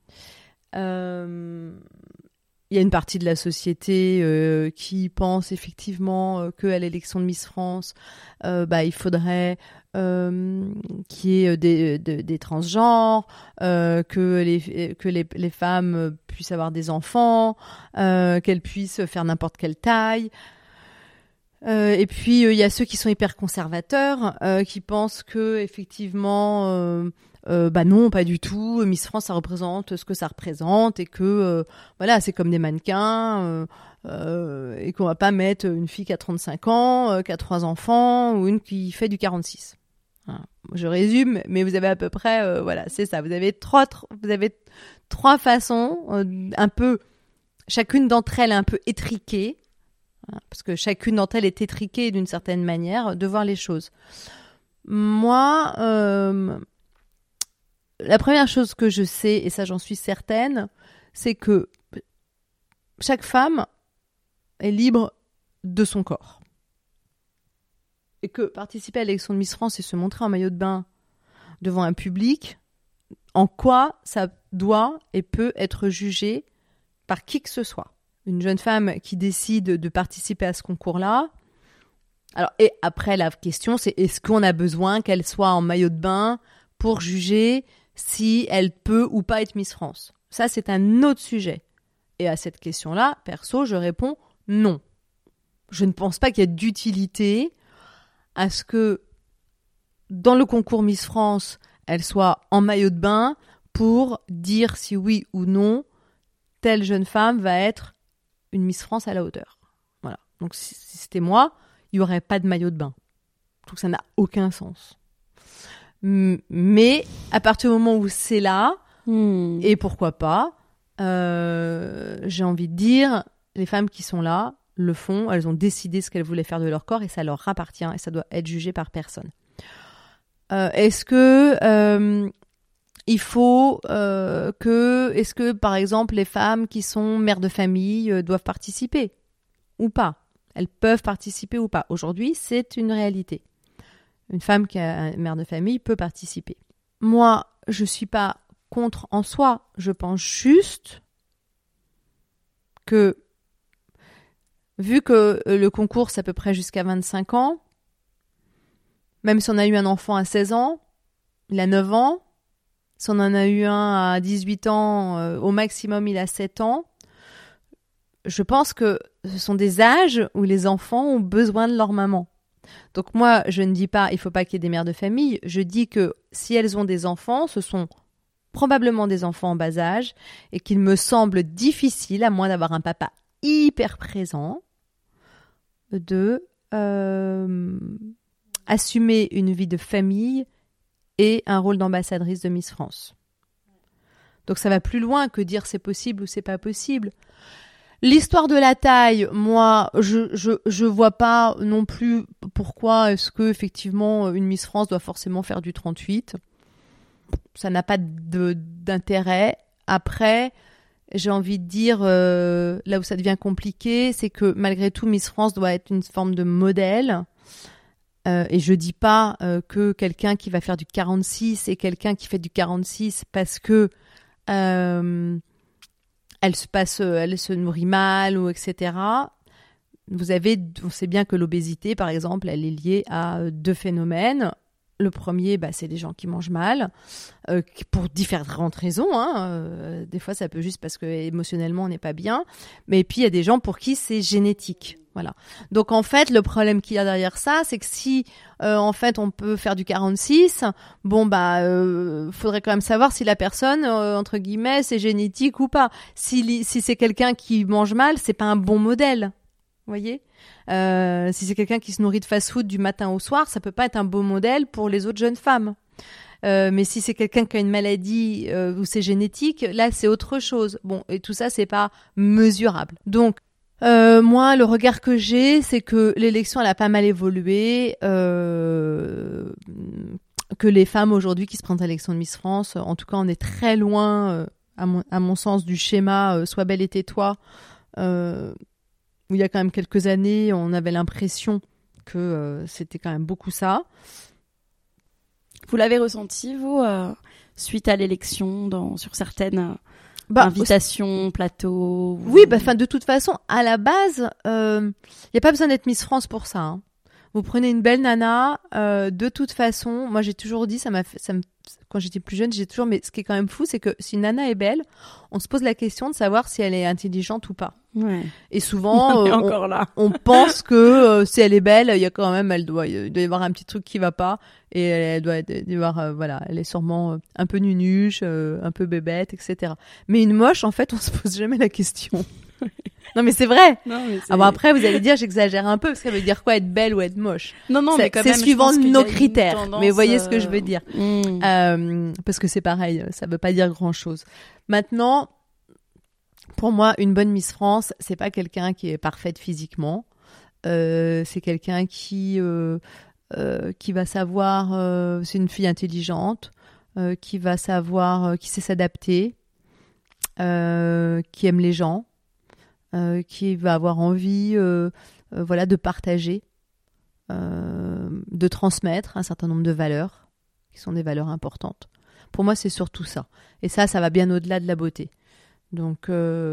Il y a une partie de la société qui pense effectivement qu'à l'élection de Miss France, il faudrait qu'il y ait des transgenres, que les femmes puissent avoir des enfants, qu'elles puissent faire n'importe quelle taille. Et puis il y a ceux qui sont hyper conservateurs, qui pensent que effectivement non, pas du tout. Miss France, ça représente ce que ça représente et que voilà, c'est comme des mannequins et qu'on va pas mettre une fille qui a 35 ans, qui a 3 enfants ou une qui fait du 46. Voilà. Je résume, mais vous avez à peu près voilà, c'est ça. Vous avez trois façons, un peu, chacune d'entre elles est un peu étriquée, hein, parce que chacune d'entre elles est étriquée d'une certaine manière de voir les choses. Moi, la première chose que je sais, et ça j'en suis certaine, c'est que chaque femme est libre de son corps. Et que participer à l'élection de Miss France et se montrer en maillot de bain devant un public, en quoi ça doit et peut être jugé par qui que ce soit. Une jeune femme qui décide de participer à ce concours-là. Alors, et après, la question, c'est est-ce qu'on a besoin qu'elle soit en maillot de bain pour juger si elle peut ou pas être Miss France? Ça, c'est un autre sujet. Et à cette question-là, perso, je réponds non. Je ne pense pas qu'il y ait d'utilité à ce que dans le concours Miss France, elle soit en maillot de bain pour dire si oui ou non telle jeune femme va être une Miss France à la hauteur. Voilà. Donc si c'était moi, il n'y aurait pas de maillot de bain. Je trouve que ça n'a aucun sens. Mais à partir du moment où c'est là, et pourquoi pas, j'ai envie de dire, les femmes qui sont là le font, elles ont décidé ce qu'elles voulaient faire de leur corps et ça leur appartient et ça doit être jugé par personne. Est-ce que il faut est-ce que par exemple les femmes qui sont mères de famille doivent participer ou pas? Elles peuvent participer ou pas? Aujourd'hui, c'est une réalité. Une femme qui est une mère de famille peut participer. Moi, je suis pas contre en soi. Je pense juste que vu que le concours c'est à peu près jusqu'à 25 ans, même si on a eu un enfant à 16 ans, il a 9 ans, si on en a eu un à 18 ans, au maximum il a 7 ans, je pense que ce sont des âges où les enfants ont besoin de leur maman. Donc moi, je ne dis pas il faut pas qu'il y ait des mères de famille. Je dis que si elles ont des enfants, ce sont probablement des enfants en bas âge et qu'il me semble difficile, à moins d'avoir un papa hyper présent, de assumer une vie de famille et un rôle d'ambassadrice de Miss France. Donc ça va plus loin que dire c'est possible ou c'est pas possible. L'histoire de la taille, moi, je vois pas non plus pourquoi est-ce que effectivement une Miss France doit forcément faire du 38. Ça n'a pas d'intérêt. Après, j'ai envie de dire, là où ça devient compliqué, c'est que malgré tout, Miss France doit être une forme de modèle. Et je dis pas que quelqu'un qui va faire du 46 et quelqu'un qui fait du 46 parce que elle se nourrit mal ou etc. On sait bien que l'obésité, par exemple, elle est liée à 2 phénomènes. Le premier, c'est les gens qui mangent mal, pour différentes raisons. Des fois, ça peut juste parce que émotionnellement, on n'est pas bien. Mais puis, il y a des gens pour qui c'est génétique. Voilà. Donc, en fait, le problème qu'il y a derrière ça, c'est que si, en fait, on peut faire du 46, faudrait quand même savoir si la personne, entre guillemets, c'est génétique ou pas. Si c'est quelqu'un qui mange mal, c'est pas un bon modèle. Vous voyez, si c'est quelqu'un qui se nourrit de fast-food du matin au soir, ça peut pas être un beau modèle pour les autres jeunes femmes. Mais si c'est quelqu'un qui a une maladie où c'est génétique, là c'est autre chose. Bon, et tout ça c'est pas mesurable. Donc moi, le regard que j'ai, c'est que l'élection elle a pas mal évolué. Que les femmes aujourd'hui qui se présentent à l'élection de Miss France, en tout cas, on est très loin, à mon sens, du schéma sois belle et tais-toi. Où il y a quand même quelques années, on avait l'impression que c'était quand même beaucoup ça. Vous l'avez ressenti, vous, suite à l'élection, sur certaines invitations, plateaux Oui, de toute façon, à la base, il n'y a pas besoin d'être Miss France pour ça. Hein. Vous prenez une belle nana, de toute façon, moi j'ai toujours dit, quand j'étais plus jeune, mais ce qui est quand même fou, c'est que si une nana est belle, on se pose la question de savoir si elle est intelligente ou pas. Ouais. Et souvent, on pense que si elle est belle, il y a quand même, il doit y avoir un petit truc qui va pas, et elle doit y avoir, elle est sûrement un peu nunuche, un peu bébête, etc. Mais une moche, en fait, on se pose jamais la question. Non mais c'est vrai. Après vous allez dire j'exagère un peu parce que ça veut dire quoi être belle ou être moche. Non mais quand c'est même, suivant nos critères. Tendance, mais vous voyez ce que je veux dire. Parce que c'est pareil, ça veut pas dire grand chose. Maintenant, pour moi, une bonne Miss France, c'est pas quelqu'un qui est parfaite physiquement. C'est quelqu'un qui va savoir. C'est une fille intelligente, qui va savoir, qui sait s'adapter, qui aime les gens. Qui va avoir envie de partager, de transmettre un certain nombre de valeurs qui sont des valeurs importantes. Pour moi, c'est surtout ça. Et ça va bien au-delà de la beauté. Donc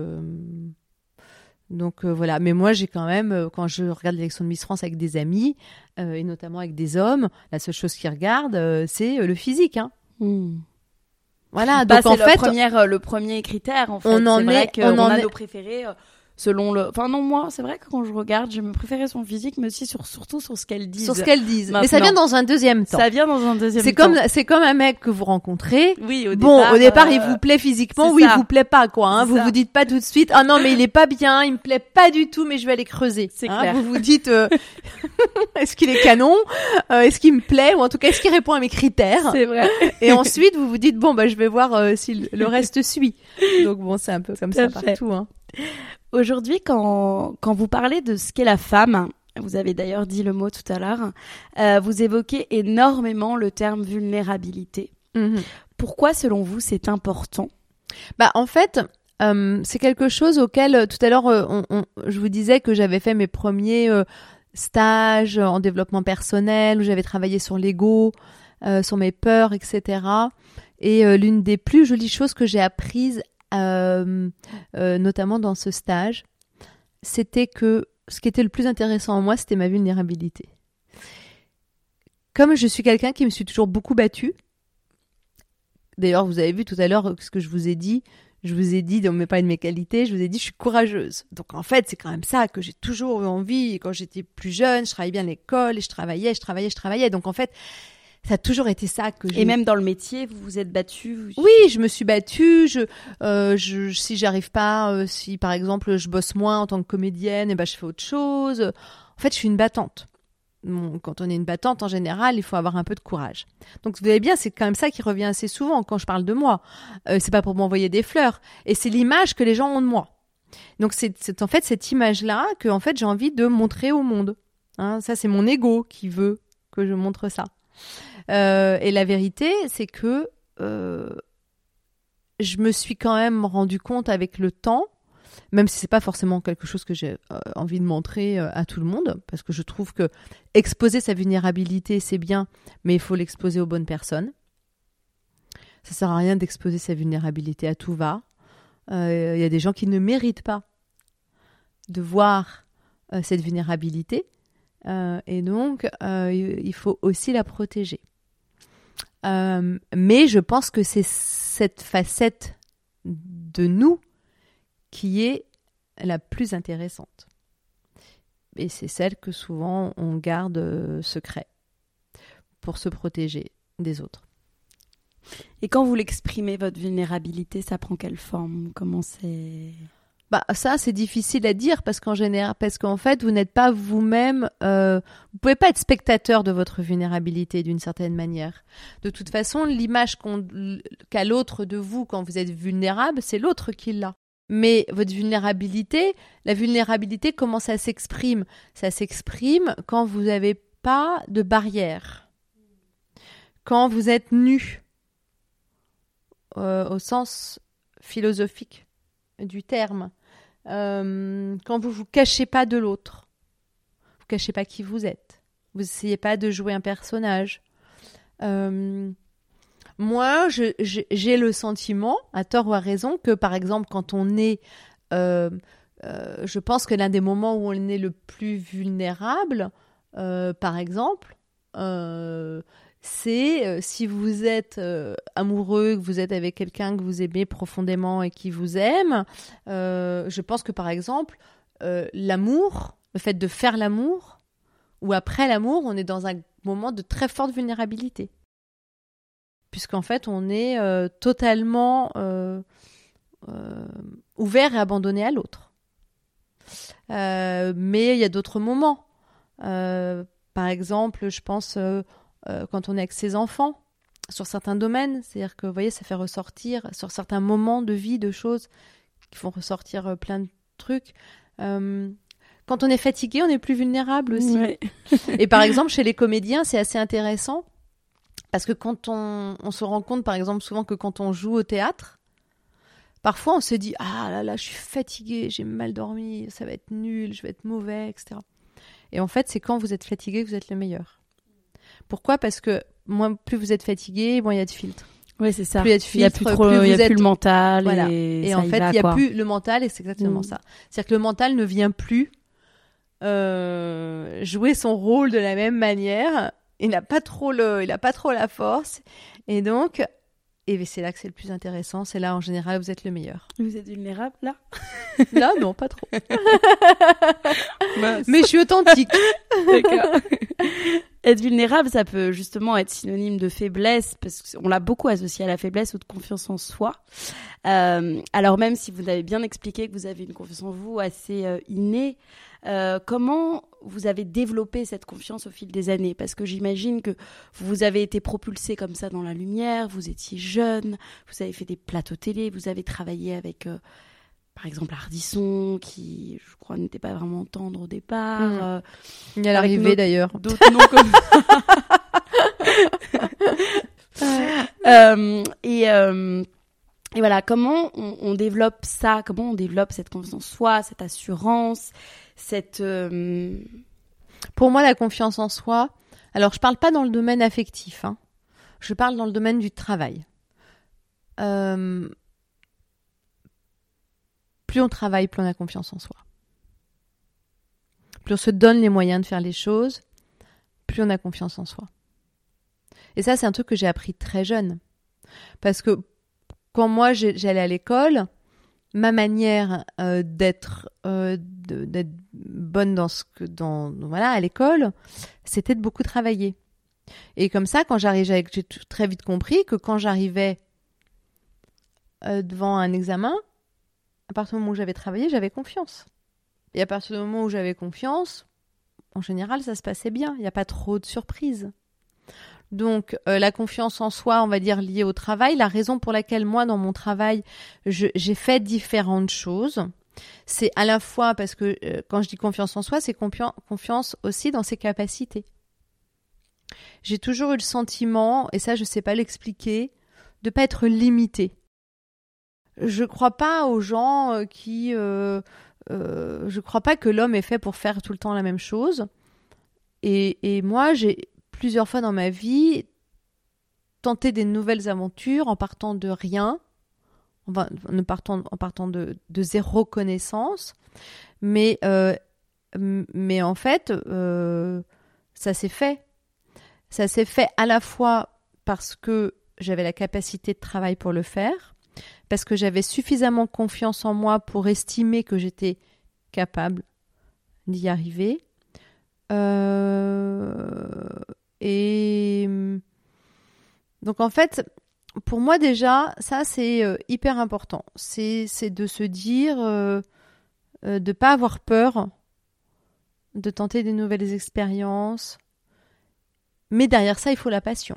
voilà. Mais moi, j'ai quand même, quand je regarde l'élection de Miss France avec des amis, et notamment avec des hommes, la seule chose qu'ils regardent, c'est le physique. Hein. Voilà. Donc en fait, le premier critère. En fait, on a nos préférés. Selon moi, c'est vrai que quand je regarde, je me préférais son physique, mais aussi surtout sur ce qu'elles disent. Sur ce qu'elles disent. Mais ça vient dans un deuxième temps. C'est comme un mec que vous rencontrez. Oui, au départ, il vous plaît physiquement, il vous plaît pas, quoi, hein. Vous vous dites pas tout de suite, ah non, mais il est pas bien, il me plaît pas du tout, mais je vais aller creuser. C'est clair. Vous vous dites, est-ce qu'il est canon? Est-ce qu'il me plaît? Ou en tout cas, est-ce qu'il répond à mes critères? C'est vrai. Et ensuite, vous vous dites, je vais voir si le reste suit. Donc c'est un peu comme ça partout, hein. Aujourd'hui, quand vous parlez de ce qu'est la femme, vous avez d'ailleurs dit le mot tout à l'heure, vous évoquez énormément le terme vulnérabilité. Mm-hmm. Pourquoi, selon vous, c'est important ? En fait, c'est quelque chose auquel, tout à l'heure, je vous disais que j'avais fait mes premiers stages en développement personnel, où j'avais travaillé sur l'ego, sur mes peurs, etc. Et l'une des plus jolies choses que j'ai apprises, notamment dans ce stage, c'était que ce qui était le plus intéressant en moi, c'était ma vulnérabilité. Comme je suis quelqu'un qui me suis toujours beaucoup battue, d'ailleurs vous avez vu tout à l'heure ce que je vous ai dit, Je vous ai dit, on ne met pas une de mes qualités, je vous ai dit, je suis courageuse. Donc en fait, c'est quand même ça que j'ai toujours eu envie. Et quand j'étais plus jeune, je travaillais bien à l'école et je travaillais. Donc en fait, ça a toujours été ça que j'ai... Et même dans le métier, vous vous êtes battue? Oui, je me suis battue. Si j'arrive pas, si par exemple je bosse moins en tant que comédienne, je fais autre chose. En fait, je suis une battante. Quand on est une battante, en général, il faut avoir un peu de courage. Donc, vous voyez bien, c'est quand même ça qui revient assez souvent quand je parle de moi. C'est pas pour m'envoyer des fleurs. Et c'est l'image que les gens ont de moi. Donc, c'est en fait cette image-là que, en fait, j'ai envie de montrer au monde. Hein, ça, c'est mon ego qui veut que je montre ça. Et la vérité, c'est que je me suis quand même rendu compte avec le temps, même si c'est pas forcément quelque chose que j'ai envie de montrer à tout le monde, parce que je trouve que exposer sa vulnérabilité, c'est bien, mais il faut l'exposer aux bonnes personnes. Ça sert à rien d'exposer sa vulnérabilité à tout va. Il y a des gens qui ne méritent pas de voir cette vulnérabilité, et donc il faut aussi la protéger. Mais je pense que c'est cette facette de nous qui est la plus intéressante. Et c'est celle que souvent on garde secret pour se protéger des autres. Et quand vous l'exprimez, votre vulnérabilité, ça prend quelle forme? Comment c'est... Ça, c'est difficile à dire parce qu'en fait, vous n'êtes pas vous-même, vous pouvez pas être spectateur de votre vulnérabilité d'une certaine manière. De toute façon, l'image qu'a l'autre de vous quand vous êtes vulnérable, c'est l'autre qui l'a. Mais votre vulnérabilité, la vulnérabilité, comment ça s'exprime? Ça s'exprime quand vous n'avez pas de barrière. Quand vous êtes nu, au sens philosophique du terme. Quand vous vous cachez pas de l'autre. Vous cachez pas qui vous êtes. Vous essayez pas de jouer un personnage. Moi, j'ai le sentiment, à tort ou à raison, que par exemple, quand on est... je pense que l'un des moments où on est le plus vulnérable, par exemple, c'est si vous êtes amoureux, que vous êtes avec quelqu'un que vous aimez profondément et qui vous aime. Je pense que par exemple, l'amour, le fait de faire l'amour, ou après l'amour, on est dans un moment de très forte vulnérabilité. Puisqu'en fait, on est totalement ouvert et abandonné à l'autre. Mais il y a d'autres moments. Par exemple, je pense quand on est avec ses enfants, sur certains domaines, c'est-à-dire que, vous voyez, ça fait ressortir, sur certains moments de vie, de choses qui font ressortir plein de trucs. Quand on est fatigué, on est plus vulnérable aussi. Ouais. Et par exemple, chez les comédiens, c'est assez intéressant. Parce que quand on se rend compte, par exemple, souvent que quand on joue au théâtre, parfois on se dit « Ah là, je suis fatiguée, j'ai mal dormi, ça va être nul, je vais être mauvais, etc. » Et en fait, c'est quand vous êtes fatigué que vous êtes le meilleur. Pourquoi ? Parce que plus vous êtes fatigué, moins il y a de filtres. Oui, c'est ça. Plus il y a de filtres, il y a plus le mental. Voilà. Et en fait, il n'y a quoi. plus le mental, et c'est exactement ça. C'est-à-dire que le mental ne vient plus jouer son rôle de la même manière. Il n'a pas trop la force. Et donc, c'est là que c'est le plus intéressant. C'est là, en général, vous êtes le meilleur. Vous êtes vulnérable, là ? Là, non, pas trop. Mais je suis authentique. D'accord. Être vulnérable, ça peut justement être synonyme de faiblesse, parce qu'on l'a beaucoup associé à la faiblesse ou de confiance en soi. Alors même si vous avez bien expliqué que vous avez une confiance en vous assez innée, comment vous avez développé cette confiance au fil des années ? Parce que j'imagine que vous avez été propulsé comme ça dans la lumière, vous étiez jeune, vous avez fait des plateaux télé, vous avez travaillé avec... par exemple, Ardisson, qui, je crois, n'était pas vraiment tendre au départ. Il y a l'arrivée, d'ailleurs. D'autres noms comme ça. Et voilà, comment on développe ça ? Comment on développe cette confiance en soi, cette assurance, cette... Pour moi, la confiance en soi... Alors, je parle pas dans le domaine affectif. Hein. Je parle dans le domaine du travail. Plus on travaille, plus on a confiance en soi. Plus on se donne les moyens de faire les choses, plus on a confiance en soi. Et ça, c'est un truc que j'ai appris très jeune. Parce que quand moi j'allais à l'école, ma manière d'être bonne à l'école, c'était de beaucoup travailler. Et comme ça, j'ai très vite compris que quand j'arrivais devant un examen, à partir du moment où j'avais travaillé, j'avais confiance. Et à partir du moment où j'avais confiance, en général, ça se passait bien. Il n'y a pas trop de surprises. Donc, la confiance en soi, on va dire, liée au travail. La raison pour laquelle, moi, dans mon travail, j'ai fait différentes choses, c'est à la fois parce que, quand je dis confiance en soi, c'est confiance aussi dans ses capacités. J'ai toujours eu le sentiment, et ça, je ne sais pas l'expliquer, de ne pas être limitée. Je ne crois pas aux gens je ne crois pas que l'homme est fait pour faire tout le temps la même chose. Et moi, j'ai plusieurs fois dans ma vie tenté des nouvelles aventures en partant de rien, en partant de zéro connaissance. Mais en fait, ça s'est fait. Ça s'est fait à la fois parce que j'avais la capacité de travail pour le faire, parce que j'avais suffisamment confiance en moi pour estimer que j'étais capable d'y arriver. Et donc en fait, pour moi déjà, ça c'est hyper important. C'est de se dire, de ne pas avoir peur, de tenter des nouvelles expériences. Mais derrière ça, il faut la passion.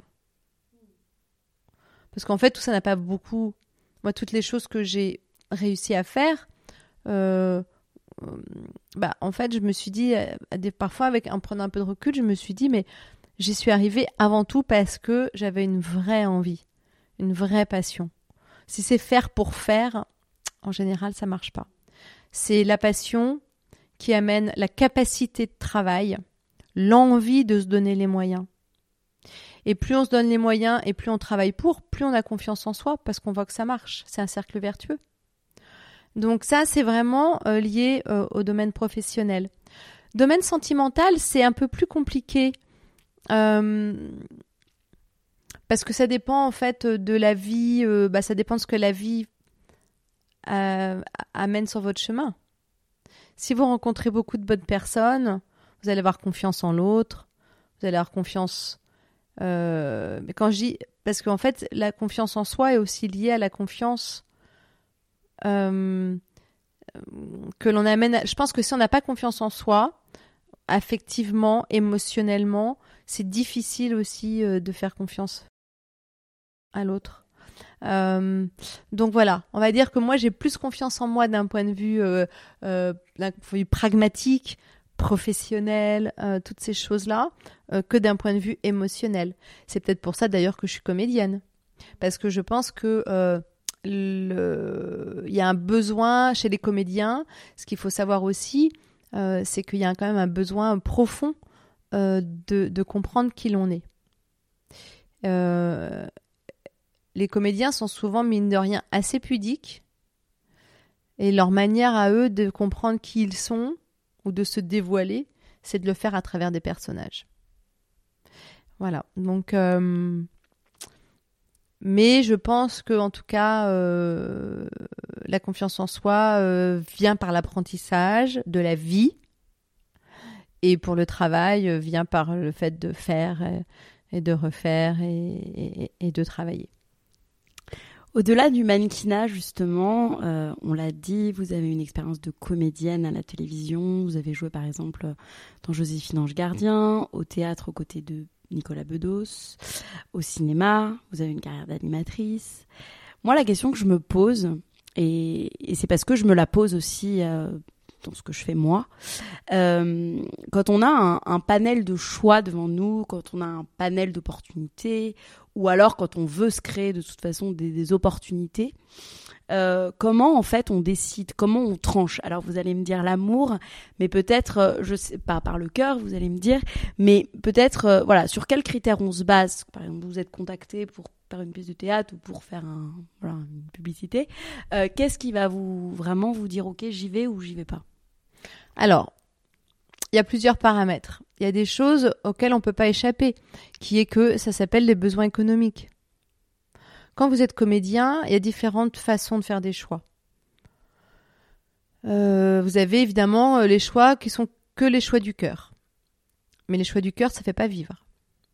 Parce qu'en fait, tout ça n'a pas beaucoup... Moi, toutes les choses que j'ai réussi à faire, en fait, je me suis dit, parfois, en prenant un peu de recul, je me suis dit, mais j'y suis arrivée avant tout parce que j'avais une vraie envie, une vraie passion. Si c'est faire pour faire, en général, ça ne marche pas. C'est la passion qui amène la capacité de travail, l'envie de se donner les moyens. Et plus on se donne les moyens et plus on travaille plus on a confiance en soi parce qu'on voit que ça marche. C'est un cercle vertueux. Donc ça, c'est vraiment lié au domaine professionnel. Domaine sentimental, c'est un peu plus compliqué parce que ça dépend en fait de la vie. Ça dépend de ce que la vie amène sur votre chemin. Si vous rencontrez beaucoup de bonnes personnes, vous allez avoir confiance en l'autre, vous allez avoir confiance... mais quand je dis... Parce qu'en fait, la confiance en soi est aussi liée à la confiance que l'on amène... Je pense que si on n'a pas confiance en soi, affectivement, émotionnellement, c'est difficile aussi de faire confiance à l'autre. Donc voilà, on va dire que moi, j'ai plus confiance en moi d'un point de vue pragmatique, professionnel, toutes ces choses-là, que d'un point de vue émotionnel. C'est peut-être pour ça d'ailleurs que je suis comédienne. Parce que je pense que il y a un besoin chez les comédiens. Ce qu'il faut savoir aussi, c'est qu'il y a quand même un besoin profond de comprendre qui l'on est. Les comédiens sont souvent, mine de rien, assez pudiques. Et leur manière à eux de comprendre qui ils sont, ou de se dévoiler, c'est de le faire à travers des personnages. Voilà. Donc, mais je pense que, en tout cas, la confiance en soi vient par l'apprentissage de la vie, et pour le travail vient par le fait de faire et de refaire et de travailler. Au-delà du mannequinat, justement, on l'a dit, vous avez une expérience de comédienne à la télévision. Vous avez joué, par exemple, dans Joséphine Ange Gardien, au théâtre aux côtés de Nicolas Bedos, au cinéma. Vous avez une carrière d'animatrice. Moi, la question que je me pose, et c'est parce que je me la pose aussi dans ce que je fais moi, quand on a un panel de choix devant nous, quand on a un panel d'opportunités, ou alors quand on veut se créer de toute façon des opportunités, comment en fait on décide, comment on tranche? Alors vous allez me dire l'amour, mais peut-être, je sais pas, par le cœur, vous allez me dire, mais peut-être, voilà, sur quels critères on se base? Par exemple, vous êtes contacté pour faire une pièce de théâtre ou pour faire une publicité. Qu'est-ce qui va vraiment vous dire, ok, j'y vais ou j'y vais pas? Alors, il y a plusieurs paramètres. Il y a des choses auxquelles on ne peut pas échapper, qui est que ça s'appelle les besoins économiques. Quand vous êtes comédien, il y a différentes façons de faire des choix. Vous avez évidemment les choix qui sont que les choix du cœur. Mais les choix du cœur, ça ne fait pas vivre.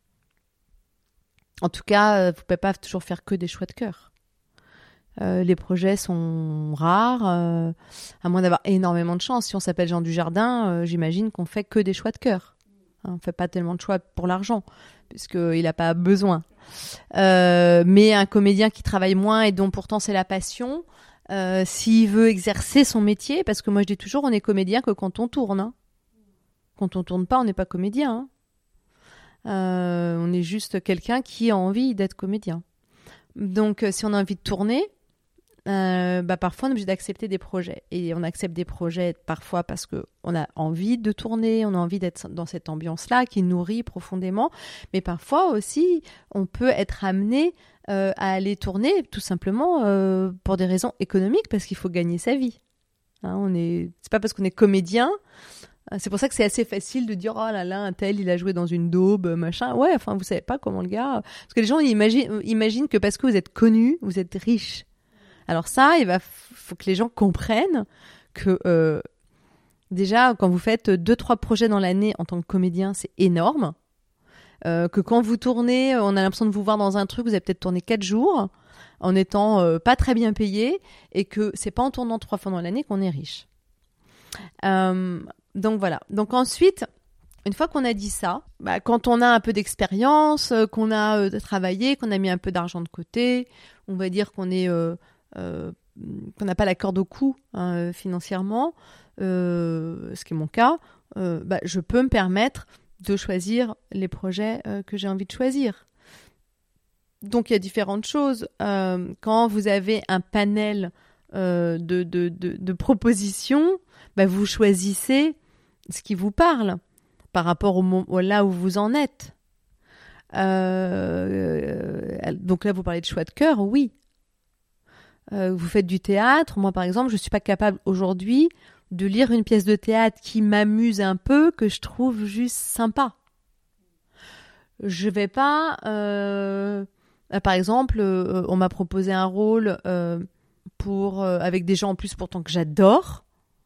En tout cas, vous ne pouvez pas toujours faire que des choix de cœur. Les projets sont rares, à moins d'avoir énormément de chance. Si on s'appelle Jean Dujardin, j'imagine qu'on fait que des choix de cœur. On ne fait pas tellement de choix pour l'argent, puisqu'il n'a pas besoin. Mais un comédien qui travaille moins et dont pourtant c'est la passion, s'il veut exercer son métier, parce que moi je dis toujours, on est comédien que quand on tourne. Hein. Quand on tourne pas, on n'est pas comédien. Hein. On est juste quelqu'un qui a envie d'être comédien. Donc si on a envie de tourner, parfois on est obligé d'accepter des projets. Et on accepte des projets parfois parce qu'on a envie de tourner, on a envie d'être dans cette ambiance-là qui nourrit profondément. Mais parfois aussi, on peut être amené à aller tourner tout simplement pour des raisons économiques, parce qu'il faut gagner sa vie. Hein, c'est pas parce qu'on est comédien. C'est pour ça que c'est assez facile de dire « Oh là là, un tel, il a joué dans une daube, machin. » Ouais, enfin, vous savez pas comment le gars... Parce que les gens imaginent que parce que vous êtes connu, vous êtes riche. Alors ça, faut que les gens comprennent que déjà, quand vous faites 2-3 projets dans l'année en tant que comédien, c'est énorme. Que quand vous tournez, on a l'impression de vous voir dans un truc, vous avez peut-être tourné 4 jours en étant pas très bien payé, et que c'est pas en tournant 3 fois dans l'année qu'on est riche. Donc voilà. Donc ensuite, une fois qu'on a dit ça, quand on a un peu d'expérience, qu'on a travaillé, qu'on a mis un peu d'argent de côté, on va dire qu'on n'a pas la corde au cou financièrement, ce qui est mon cas, je peux me permettre de choisir les projets que j'ai envie de choisir. Donc il y a différentes choses. Quand vous avez un panel de propositions, vous choisissez ce qui vous parle par rapport là où vous en êtes. Donc là, vous parlez de choix de cœur, oui. Vous faites du théâtre. Moi, par exemple, je ne suis pas capable aujourd'hui de lire une pièce de théâtre qui m'amuse un peu, que je trouve juste sympa. Je ne vais pas... par exemple, on m'a proposé un rôle avec des gens en plus pourtant que j'adore.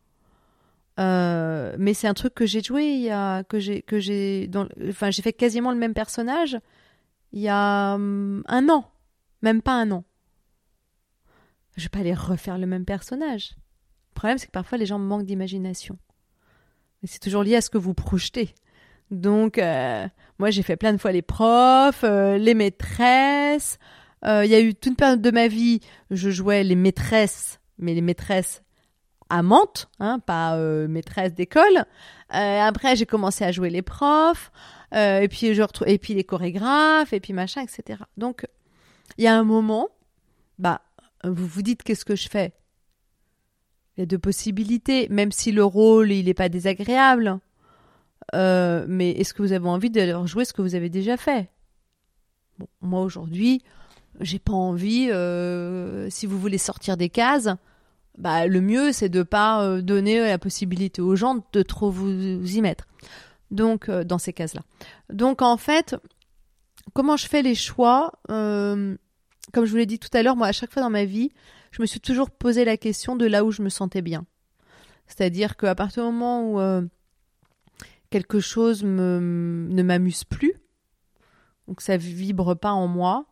Mais c'est un truc que j'ai joué j'ai fait quasiment le même personnage il y a 1 an, même pas 1 an. Je vais pas aller refaire le même personnage. Le problème, c'est que parfois les gens manquent d'imagination. Mais c'est toujours lié à ce que vous projetez. Donc moi j'ai fait plein de fois les profs, les maîtresses. Il y a eu toute une période de ma vie, je jouais les maîtresses, mais les maîtresses amantes, pas maîtresse d'école. Après, j'ai commencé à jouer les profs, et puis les chorégraphes, et puis machin, etc. Donc, il y a un moment, vous vous dites qu'est-ce que je fais ? Il y a 2 possibilités, même si le rôle il n'est pas désagréable. Mais est-ce que vous avez envie de leur jouer ce que vous avez déjà fait ? Bon, moi aujourd'hui, j'ai pas envie. Si vous voulez sortir des cases. Le mieux, c'est de ne pas donner la possibilité aux gens de trop vous y mettre. Donc, dans ces cases-là. Donc, en fait, comment je fais les choix comme je vous l'ai dit tout à l'heure, moi, à chaque fois dans ma vie, je me suis toujours posé la question de là où je me sentais bien. C'est-à-dire qu'à partir du moment où quelque chose ne m'amuse plus, donc ça vibre pas en moi,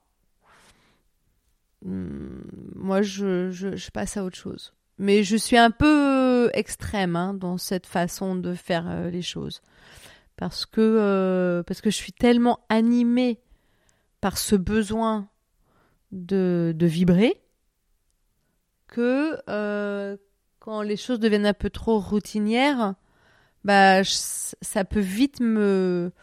moi, je passe à autre chose. Mais je suis un peu extrême dans cette façon de faire les choses. Parce que je suis tellement animée par ce besoin de vibrer que quand les choses deviennent un peu trop routinières, ça peut vite me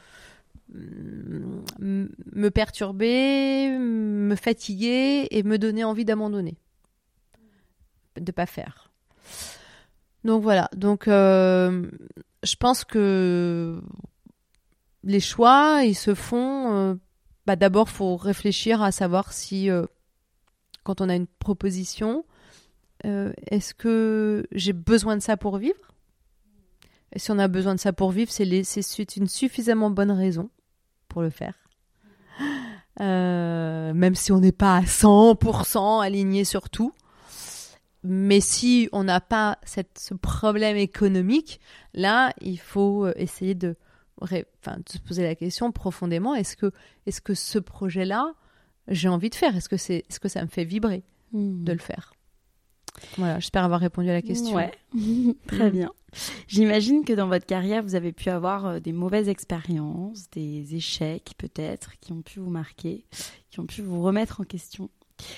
perturber, me fatiguer et me donner envie d'abandonner, de pas faire. Donc voilà. Donc je pense que les choix ils se font. D'abord, faut réfléchir à savoir si quand on a une proposition, est-ce que j'ai besoin de ça pour vivre ? Et si on a besoin de ça pour vivre, c'est une suffisamment bonne raison pour le faire. même si on n'est pas à 100% aligné sur tout. Mais si on n'a pas ce problème économique, là, il faut essayer de se poser la question profondément, est-ce que ce projet-là, j'ai envie de faire ? Est-ce que ça me fait vibrer de le faire ? Voilà, j'espère avoir répondu à la question. Ouais, très bien. J'imagine que dans votre carrière, vous avez pu avoir des mauvaises expériences, des échecs peut-être, qui ont pu vous marquer, qui ont pu vous remettre en question.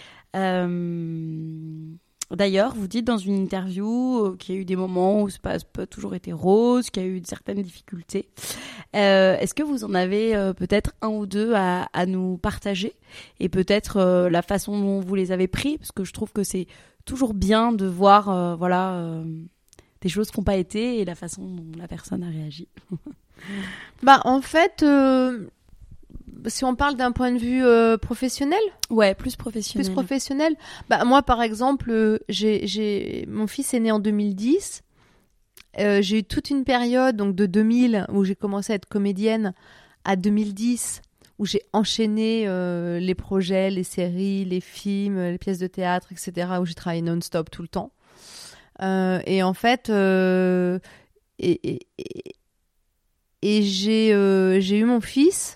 D'ailleurs, vous dites dans une interview qu'il y a eu des moments où ça n'a pas toujours été rose, qu'il y a eu certaines difficultés. Est-ce que vous en avez peut-être un ou deux à nous partager ? Et peut-être la façon dont vous les avez pris ? Parce que je trouve que c'est toujours bien de voir des choses qui n'ont pas été et la façon dont la personne a réagi. En fait, si on parle d'un point de vue professionnel, ouais, plus professionnel. Moi, par exemple, mon fils est né en 2010. J'ai eu toute une période, donc de 2000, où j'ai commencé à être comédienne, à 2010, où j'ai enchaîné les projets, les séries, les films, les pièces de théâtre, etc., où j'ai travaillé non-stop tout le temps. Et en fait, j'ai eu mon fils.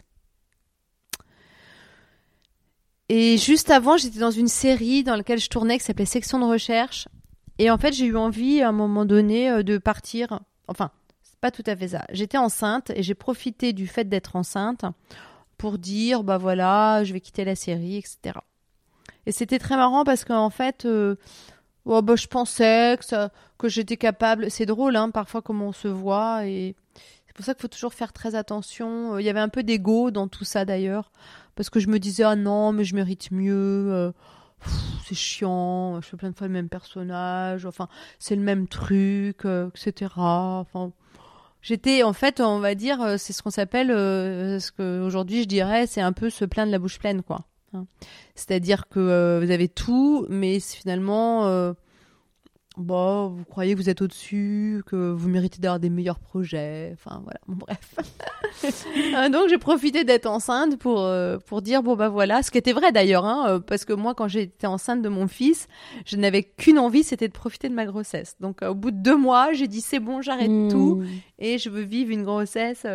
Et juste avant, j'étais dans une série dans laquelle je tournais qui s'appelait Section de recherche. Et en fait, j'ai eu envie, à un moment donné, de partir. Enfin, c'est pas tout à fait ça. J'étais enceinte et j'ai profité du fait d'être enceinte pour dire, voilà, je vais quitter la série, etc. Et c'était très marrant parce qu'en fait, je pensais que j'étais capable. C'est drôle, hein, parfois, comment on se voit. Et c'est pour ça qu'il faut toujours faire très attention. Il y avait un peu d'ego dans tout ça, d'ailleurs. Parce que je me disais, ah non, mais je mérite mieux. C'est chiant, je fais plein de fois le même personnage. Enfin, c'est le même truc, etc. Enfin, j'étais, en fait, on va dire, c'est ce qu'on s'appelle, ce qu'aujourd'hui je dirais, c'est un peu se plaindre la bouche pleine, quoi. Hein. C'est-à-dire que vous avez tout, mais finalement, vous croyez que vous êtes au-dessus, que vous méritez d'avoir des meilleurs projets. Enfin, voilà, bref. Donc, j'ai profité d'être enceinte pour dire, voilà, ce qui était vrai d'ailleurs, hein, parce que moi, quand j'étais enceinte de mon fils, je n'avais qu'une envie, c'était de profiter de ma grossesse. Donc, au bout de 2 mois, j'ai dit, c'est bon, j'arrête tout, et je veux vivre une grossesse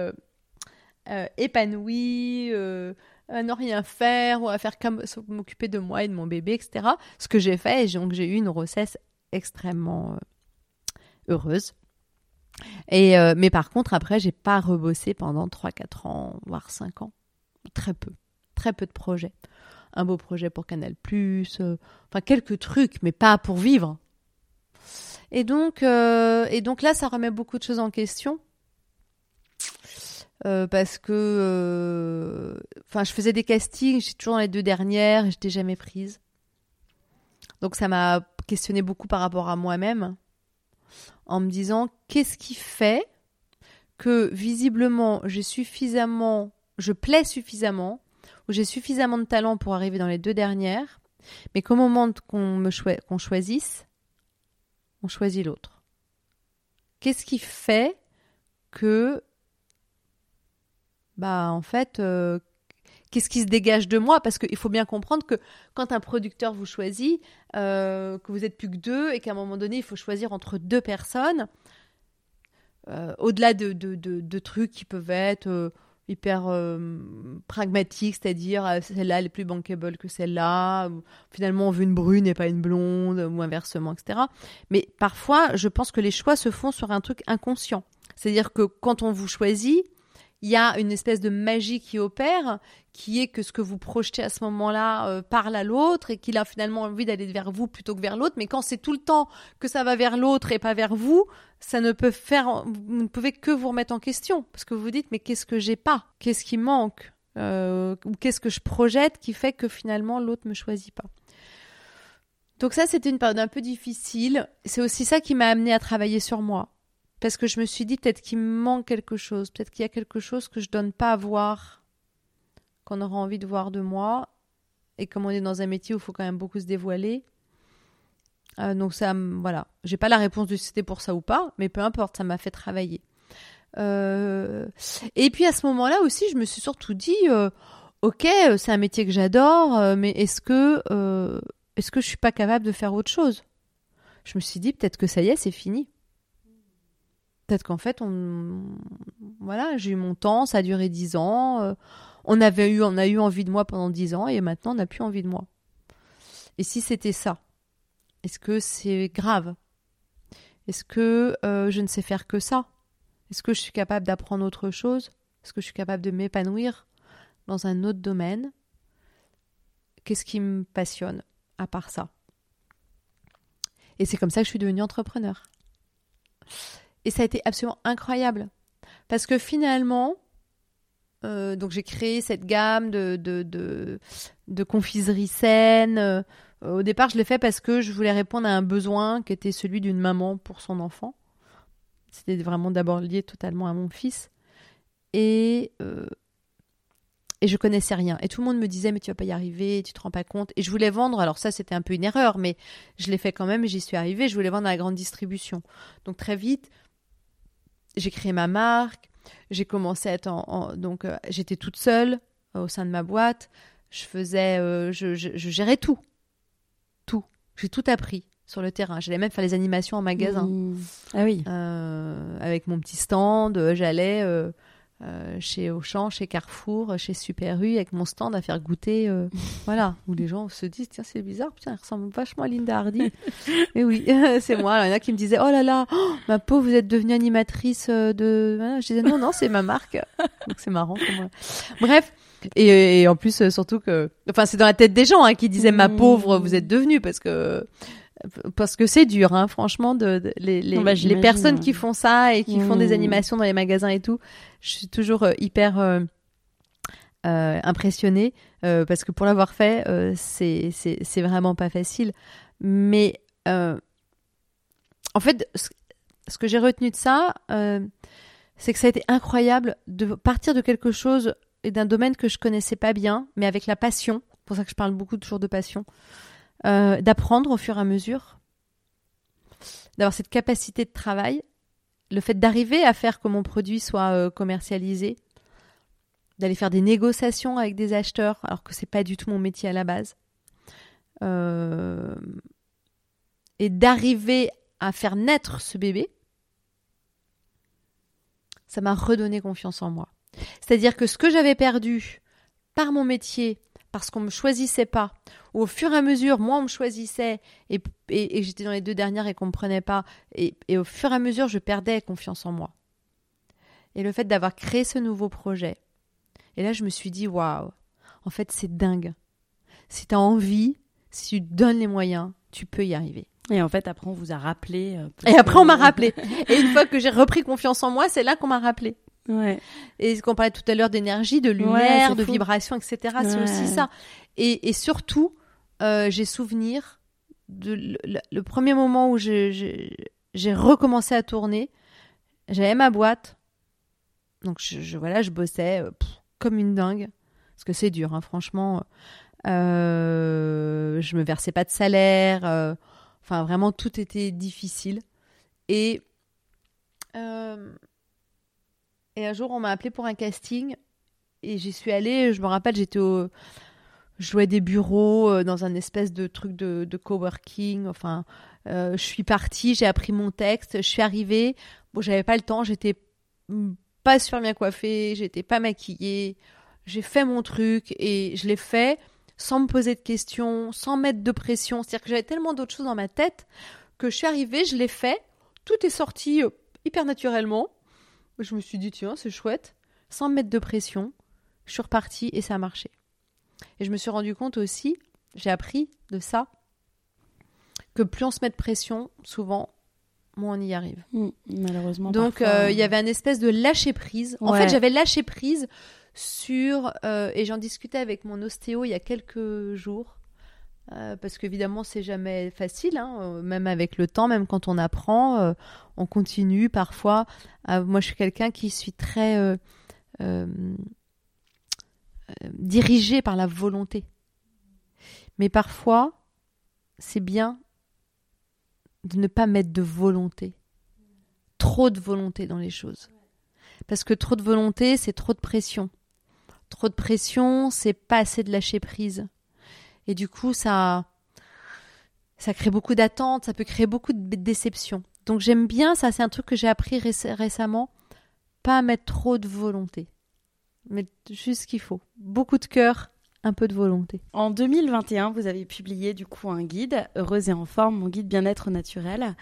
épanouie, à ne rien faire, ou à faire comme m'occuper de moi et de mon bébé, etc. Ce que j'ai fait, et donc j'ai eu une grossesse extrêmement heureuse. Et mais par contre, après, j'ai pas rebossé pendant 3-4 ans, voire 5 ans. Très peu de projets. Un beau projet pour Canal+, quelques trucs, mais pas pour vivre. Et donc là, ça remet beaucoup de choses en question. Parce que je faisais des castings, j'étais toujours dans les 2 dernières et j'étais jamais prise. Donc ça m'a questionné beaucoup par rapport à moi-même, en me disant qu'est-ce qui fait que visiblement je plais suffisamment, ou j'ai suffisamment de talent pour arriver dans les 2 dernières, mais qu'au moment qu'on choisisse, on choisit l'autre. Qu'est-ce qui fait que qu'est-ce qui se dégage de moi ? Parce qu'il faut bien comprendre que quand un producteur vous choisit, que vous n'êtes plus que 2 et qu'à un moment donné, il faut choisir entre 2 personnes, au-delà de trucs qui peuvent être hyper pragmatiques, c'est-à-dire celle-là, elle est plus bankable que celle-là, ou, finalement, on veut une brune et pas une blonde, ou inversement, etc. Mais parfois, je pense que les choix se font sur un truc inconscient. C'est-à-dire que quand on vous choisit, il y a une espèce de magie qui opère, qui est que ce que vous projetez à ce moment-là parle à l'autre et qu'il a finalement envie d'aller vers vous plutôt que vers l'autre. Mais quand c'est tout le temps que ça va vers l'autre et pas vers vous, vous ne pouvez que vous remettre en question. Parce que vous vous dites, mais qu'est-ce que j'ai pas ? Qu'est-ce qui manque ? Ou qu'est-ce que je projette qui fait que finalement l'autre me choisit pas ? Donc ça, c'était une période un peu difficile. C'est aussi ça qui m'a amenée à travailler sur moi. Parce que je me suis dit, peut-être qu'il me manque quelque chose. Peut-être qu'il y a quelque chose que je donne pas à voir, qu'on aura envie de voir de moi. Et comme on est dans un métier où il faut quand même beaucoup se dévoiler. Donc ça, voilà. J'ai pas la réponse de si c'était pour ça ou pas, mais peu importe, ça m'a fait travailler. Et puis à ce moment-là aussi, je me suis surtout dit, ok, c'est un métier que j'adore, mais est-ce que je suis pas capable de faire autre chose? Je me suis dit, peut-être que ça y est, c'est fini. Peut-être qu'en fait, voilà, j'ai eu mon temps, ça a duré 10 ans. On a eu envie de moi pendant 10 ans et maintenant, on n'a plus envie de moi. Et si c'était ça, est-ce que c'est grave? Est-ce que je ne sais faire que ça? Est-ce que je suis capable d'apprendre autre chose? Est-ce que je suis capable de m'épanouir dans un autre domaine? Qu'est-ce qui me passionne à part ça? Et c'est comme ça que je suis devenue entrepreneur. Et ça a été absolument incroyable. Parce que finalement, donc j'ai créé cette gamme de confiseries saines. Au départ, je l'ai fait parce que je voulais répondre à un besoin qui était celui d'une maman pour son enfant. C'était vraiment d'abord lié totalement à mon fils. Et je connaissais rien. Et tout le monde me disait, mais tu vas pas y arriver, tu te rends pas compte. Et je voulais vendre, alors ça c'était un peu une erreur, mais je l'ai fait quand même et j'y suis arrivée. Je voulais vendre à la grande distribution. Donc très vite, j'ai créé ma marque. J'ai commencé à être donc j'étais toute seule au sein de ma boîte. Je faisais, je gérais tout. J'ai tout appris sur le terrain. J'allais même faire les animations en magasin. Ah oui. Avec mon petit stand, j'allais chez Auchan, chez Carrefour, chez Super U avec mon stand à faire goûter, voilà, où les gens se disent tiens c'est bizarre, putain, elle ressemble vachement à Linda Hardy. Et oui, c'est moi. Alors, il y en a qui me disaient oh là là, ma pauvre, vous êtes devenue animatrice de. Voilà. Je disais non, c'est ma marque. Donc c'est marrant pour moi. Bref. Et en plus, surtout que, enfin, c'est dans la tête des gens qui disaient ma pauvre, vous êtes devenue parce que c'est dur, hein, franchement, les personnes qui font ça et qui font des animations dans les magasins et tout. Je suis toujours hyper impressionnée parce que pour l'avoir fait, c'est vraiment pas facile. Mais en fait, ce que j'ai retenu de ça, c'est que ça a été incroyable de partir de quelque chose et d'un domaine que je connaissais pas bien, mais avec la passion. C'est pour ça que je parle beaucoup toujours de passion. D'apprendre au fur et à mesure, d'avoir cette capacité de travail, le fait d'arriver à faire que mon produit soit commercialisé, d'aller faire des négociations avec des acheteurs, alors que c'est pas du tout mon métier à la base, et d'arriver à faire naître ce bébé, ça m'a redonné confiance en moi. C'est-à-dire que ce que j'avais perdu par mon métier, parce qu'on me choisissait pas, ou au fur et à mesure, moi on me choisissait et j'étais dans les 2 dernières et qu'on me prenait pas, et au fur et à mesure je perdais confiance en moi. Et le fait d'avoir créé ce nouveau projet, et là je me suis dit waouh, en fait c'est dingue. Si tu as envie, si tu te donnes les moyens, tu peux y arriver. Et en fait après on vous a rappelé. Et après on m'a rappelé. Et une fois que j'ai repris confiance en moi, c'est là qu'on m'a rappelé. Ouais. Et ce qu'on parlait tout à l'heure d'énergie, de lumière, de fou. vibration, etc. C'est aussi ça. Et surtout, j'ai souvenir de le premier moment où j'ai recommencé à tourner. J'avais ma boîte. Donc, je bossais comme une dingue. Parce que c'est dur, hein, franchement. Je me versais pas de salaire. Enfin, vraiment, tout était difficile. Et un jour, on m'a appelée pour un casting et j'y suis allée. Je me rappelle, je jouais des bureaux dans un espèce de truc de coworking. Enfin, je suis partie, j'ai appris mon texte, je suis arrivée. Bon, j'avais pas le temps, j'étais pas super bien coiffée, j'étais pas maquillée. J'ai fait mon truc et je l'ai fait sans me poser de questions, sans mettre de pression. C'est-à-dire que j'avais tellement d'autres choses dans ma tête que je suis arrivée, je l'ai fait. Tout est sorti hyper naturellement. Je me suis dit, tiens, c'est chouette. Sans me mettre de pression, je suis repartie et ça a marché. Et je me suis rendu compte aussi, j'ai appris de ça, que plus on se met de pression, souvent, moins on y arrive. Malheureusement. Donc, il y avait un espèce de lâcher-prise. En fait, j'avais lâché prise sur... et j'en discutais avec mon ostéo il y a quelques jours. Parce qu'évidemment, c'est jamais facile, hein, même avec le temps, même quand on apprend, on continue parfois. Moi, je suis quelqu'un qui suis très dirigée par la volonté. Mais parfois, c'est bien de ne pas mettre de volonté. Trop de volonté dans les choses. Parce que trop de volonté, c'est trop de pression. trop de pression, c'est pas assez de lâcher prise. Et du coup, ça crée beaucoup d'attentes, ça peut créer beaucoup de déceptions. Donc j'aime bien, ça c'est un truc que j'ai appris récemment, pas mettre trop de volonté. Mettre juste ce qu'il faut. Beaucoup de cœur, un peu de volonté. En 2021, vous avez publié du coup un guide, Heureuse et en forme, mon guide bien-être naturel.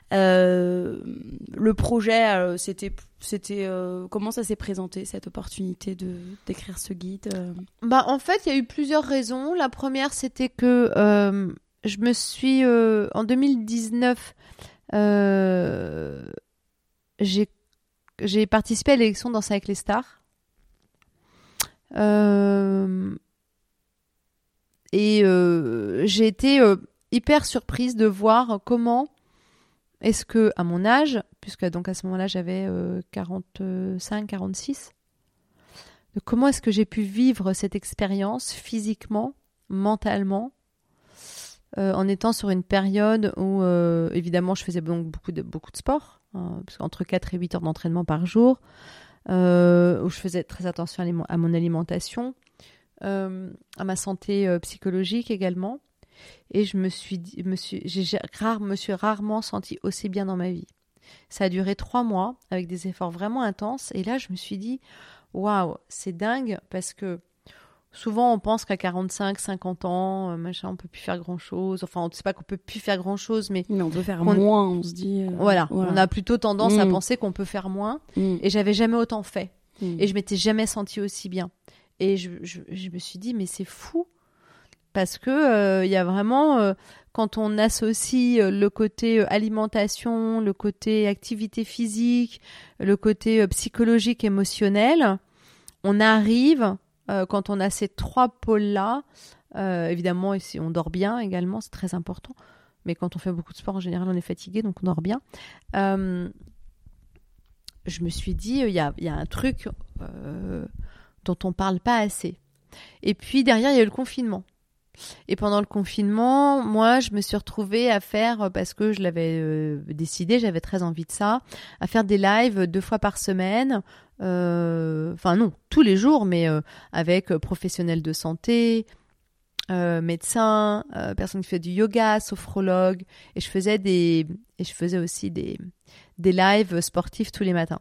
Le projet, c'était comment ça s'est présenté, cette opportunité d'écrire ce guide En fait, il y a eu plusieurs raisons. La première, c'était que je me suis... en 2019, j'ai participé à l'élection Danse avec les stars. J'ai été hyper surprise de voir comment est-ce que, à mon âge, puisque donc à ce moment-là j'avais 45, 46, comment est-ce que j'ai pu vivre cette expérience physiquement, mentalement, en étant sur une période où évidemment je faisais donc beaucoup de sport, entre 4 et 8 heures d'entraînement par jour, où je faisais très attention à mon alimentation, à ma santé psychologique également, et je me suis rarement sentie aussi bien dans ma vie. Ça a duré 3 mois avec des efforts vraiment intenses, et là je me suis dit waouh, c'est dingue, parce que souvent on pense qu'à 45, 50 ans, on peut plus faire grand chose. Enfin, on ne sait pas qu'on peut plus faire grand chose, mais on peut faire moins, on se dit. Voilà, on a plutôt tendance à penser qu'on peut faire moins. Et j'avais jamais autant fait. Et je m'étais jamais sentie aussi bien. Et je me suis dit, mais c'est fou. Parce que y a vraiment, quand on associe le côté alimentation, le côté activité physique, le côté psychologique, émotionnel, on arrive... quand on a ces 3 pôles-là, évidemment, si on dort bien également, c'est très important. Mais quand on fait beaucoup de sport, en général, on est fatigué, donc on dort bien. Je me suis dit, il y a un truc dont on ne parle pas assez. Et puis, derrière, il y a eu le confinement. Et pendant le confinement, moi, je me suis retrouvée à faire, parce que je l'avais décidé, j'avais très envie de ça, à faire des lives 2 fois par semaine. Enfin non, tous les jours, mais avec professionnels de santé, médecins, personnes qui font du yoga, sophrologues, et je faisais aussi des lives sportifs tous les matins.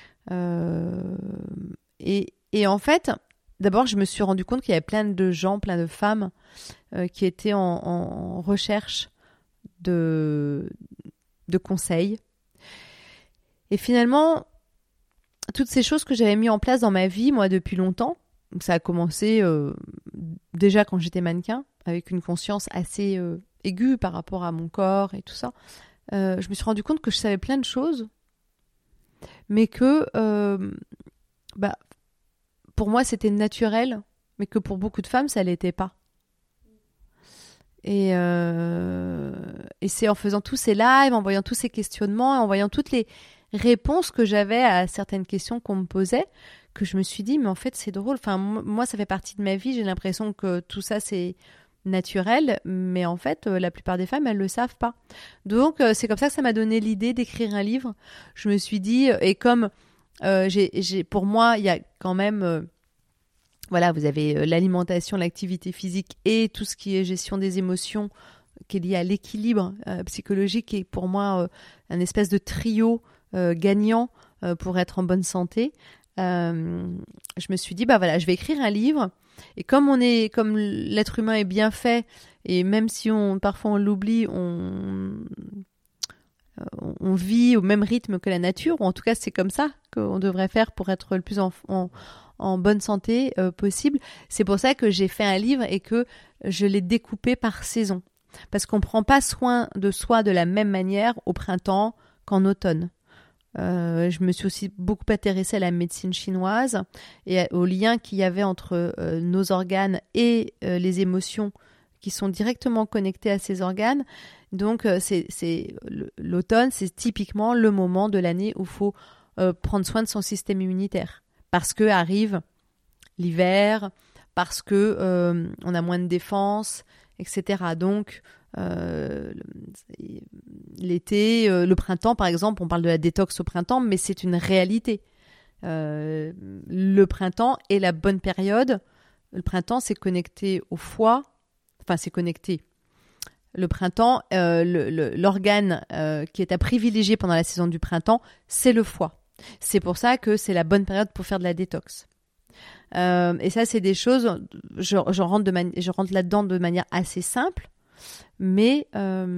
Et en fait, d'abord, je me suis rendu compte qu'il y avait plein de gens, plein de femmes qui étaient en recherche de conseils. Et finalement, toutes ces choses que j'avais mis en place dans ma vie, moi, depuis longtemps, donc ça a commencé déjà quand j'étais mannequin, avec une conscience assez aiguë par rapport à mon corps et tout ça. Je me suis rendu compte que je savais plein de choses, mais que pour moi, c'était naturel, mais que pour beaucoup de femmes, ça ne l'était pas. Et c'est en faisant tous ces lives, en voyant tous ces questionnements, en voyant toutes les réponses que j'avais à certaines questions qu'on me posait, que je me suis dit, mais en fait, c'est drôle. Enfin, moi, ça fait partie de ma vie. J'ai l'impression que tout ça, c'est naturel, mais en fait, la plupart des femmes, elles ne le savent pas. Donc, c'est comme ça que ça m'a donné l'idée d'écrire un livre. Je me suis dit, et comme pour moi, il y a quand même... voilà, vous avez l'alimentation, l'activité physique et tout ce qui est gestion des émotions qui est lié à l'équilibre psychologique, qui est pour moi un espèce de trio gagnant pour être en bonne santé. Je me suis dit, je vais écrire un livre. Et comme l'être humain est bien fait, et même si parfois on l'oublie, on vit au même rythme que la nature, ou en tout cas c'est comme ça qu'on devrait faire pour être le plus en bonne santé possible. C'est pour ça que j'ai fait un livre et que je l'ai découpé par saison. Parce qu'on ne prend pas soin de soi de la même manière au printemps qu'en automne. Je me suis aussi beaucoup intéressée à la médecine chinoise et au lien qu'il y avait entre nos organes et les émotions qui sont directement connectées à ces organes. Donc, l'automne, c'est typiquement le moment de l'année où il faut prendre soin de son système immunitaire. Parce que arrive l'hiver, parce que on a moins de défense, etc. Donc, l'été, le printemps, par exemple, on parle de la détox au printemps, mais c'est une réalité. Le printemps est la bonne période. Le printemps, c'est connecté au foie. Enfin, c'est connecté. Le printemps, l'organe qui est à privilégier pendant la saison du printemps, c'est le foie. C'est pour ça que c'est la bonne période pour faire de la détox. Et ça, c'est des choses, je rentre là-dedans de manière assez simple, mais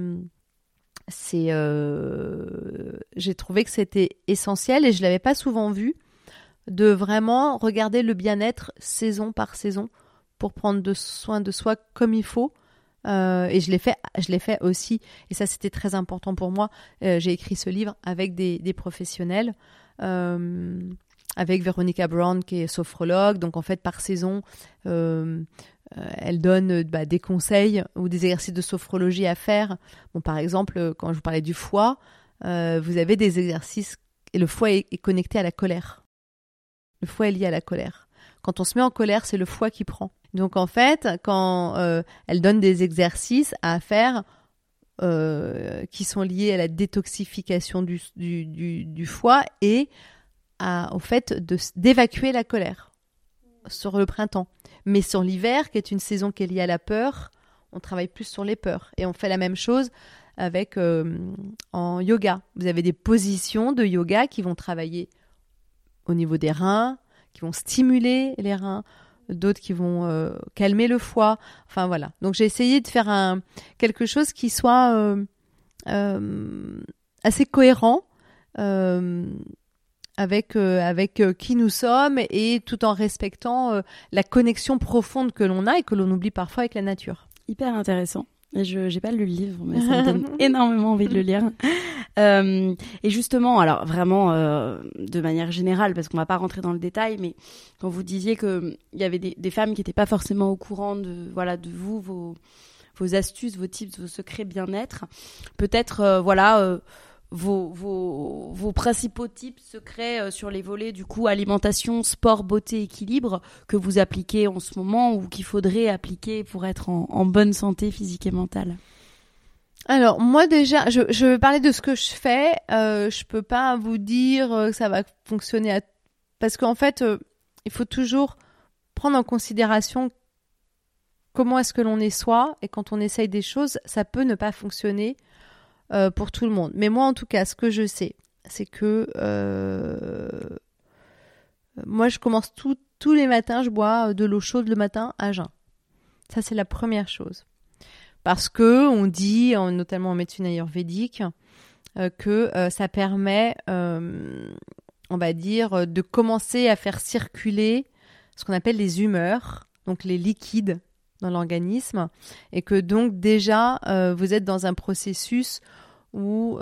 j'ai trouvé que c'était essentiel et je ne l'avais pas souvent vu, de vraiment regarder le bien-être saison par saison pour prendre soin de soi comme il faut. Et je l'ai fait aussi, et ça c'était très important pour moi. J'ai écrit ce livre avec des professionnels, avec Veronica Brown qui est sophrologue. Donc en fait par saison, elle donne des conseils ou des exercices de sophrologie à faire. Bon, par exemple, quand je vous parlais du foie, vous avez des exercices, et le foie est connecté à la colère. Le foie est lié à la colère. Quand on se met en colère, c'est le foie qui prend. Donc en fait, quand elle donne des exercices à faire qui sont liés à la détoxification du foie et au fait d'évacuer la colère sur le printemps. Mais sur l'hiver, qui est une saison qui est liée à la peur, on travaille plus sur les peurs. Et on fait la même chose avec en yoga. Vous avez des positions de yoga qui vont travailler au niveau des reins, qui vont stimuler les reins, d'autres qui vont calmer le foie. Enfin voilà. Donc j'ai essayé de faire quelque chose qui soit assez cohérent avec qui nous sommes et tout en respectant la connexion profonde que l'on a et que l'on oublie parfois avec la nature. Hyper intéressant. Et je n'ai pas lu le livre, mais ça me donne énormément envie de le lire. Et justement, alors vraiment de manière générale, parce qu'on va pas rentrer dans le détail, mais quand vous disiez que il y avait des femmes qui n'étaient pas forcément au courant de vous, vos astuces, vos tips, vos secrets bien-être, peut-être vos principaux tips secrets sur les volets du coup alimentation, sport, beauté, équilibre que vous appliquez en ce moment ou qu'il faudrait appliquer pour être en bonne santé physique et mentale. Alors moi déjà, je vais parler de ce que je fais. Je peux pas vous dire que ça va fonctionner parce qu'en fait, il faut toujours prendre en considération comment est-ce que l'on est soi, et quand on essaye des choses, ça peut ne pas fonctionner pour tout le monde. Mais moi, en tout cas, ce que je sais, c'est que moi, je commence tous les matins, je bois de l'eau chaude le matin à jeun. Ça, c'est la première chose. Parce que on dit, notamment en médecine ayurvédique, que ça permet, on va dire, de commencer à faire circuler ce qu'on appelle les humeurs, donc les liquides dans l'organisme, et que donc déjà, vous êtes dans un processus où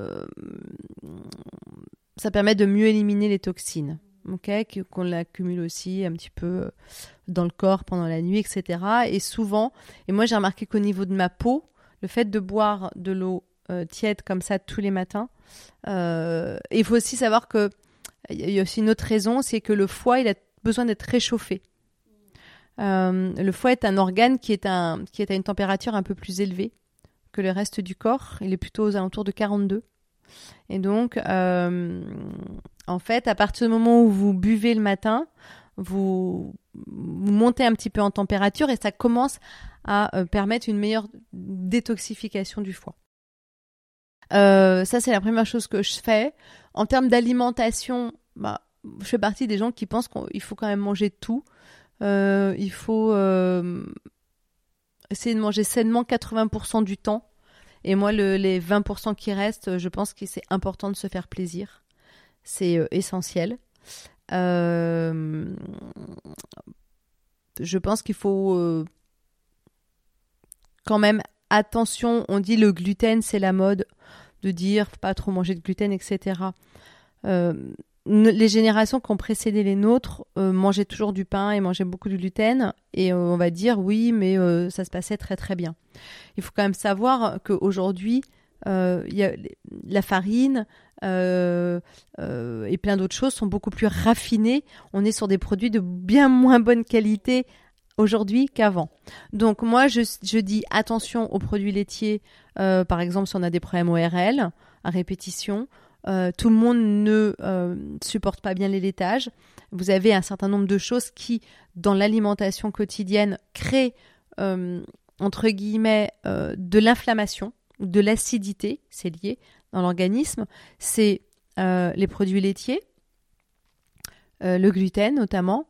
ça permet de mieux éliminer les toxines, qu'on l'accumule aussi un petit peu dans le corps pendant la nuit, etc. Et souvent, et moi j'ai remarqué qu'au niveau de ma peau, le fait de boire de l'eau tiède comme ça tous les matins, il faut aussi savoir que il y a aussi une autre raison, c'est que le foie, il a besoin d'être réchauffé. Le foie est un organe qui est à une température un peu plus élevée que le reste du corps. Il est plutôt aux alentours de 42. Et donc, en fait, à partir du moment où vous buvez le matin, vous montez un petit peu en température et ça commence à permettre une meilleure détoxification du foie. Ça, c'est la première chose que je fais. En termes d'alimentation, je fais partie des gens qui pensent qu'il faut quand même manger tout. Il faut essayer de manger sainement 80% du temps. Et moi, les 20% qui restent, je pense que c'est important de se faire plaisir. C'est essentiel. Je pense qu'il faut quand même attention. On dit le gluten, c'est la mode, de dire faut pas trop manger de gluten, etc. Les générations qui ont précédé les nôtres mangeaient toujours du pain et mangeaient beaucoup de gluten, et on va dire oui, mais ça se passait très très bien. Il faut quand même savoir qu'aujourd'hui, il y a la farine et plein d'autres choses sont beaucoup plus raffinées. On est sur des produits de bien moins bonne qualité aujourd'hui qu'avant. Donc moi, je dis attention aux produits laitiers, par exemple si on a des problèmes ORL à répétition. tout le monde ne supporte pas bien les laitages. Vous avez un certain nombre de choses qui, dans l'alimentation quotidienne, créent, entre guillemets, de l'inflammation, de l'acidité, c'est lié dans l'organisme. C'est les produits laitiers, le gluten notamment,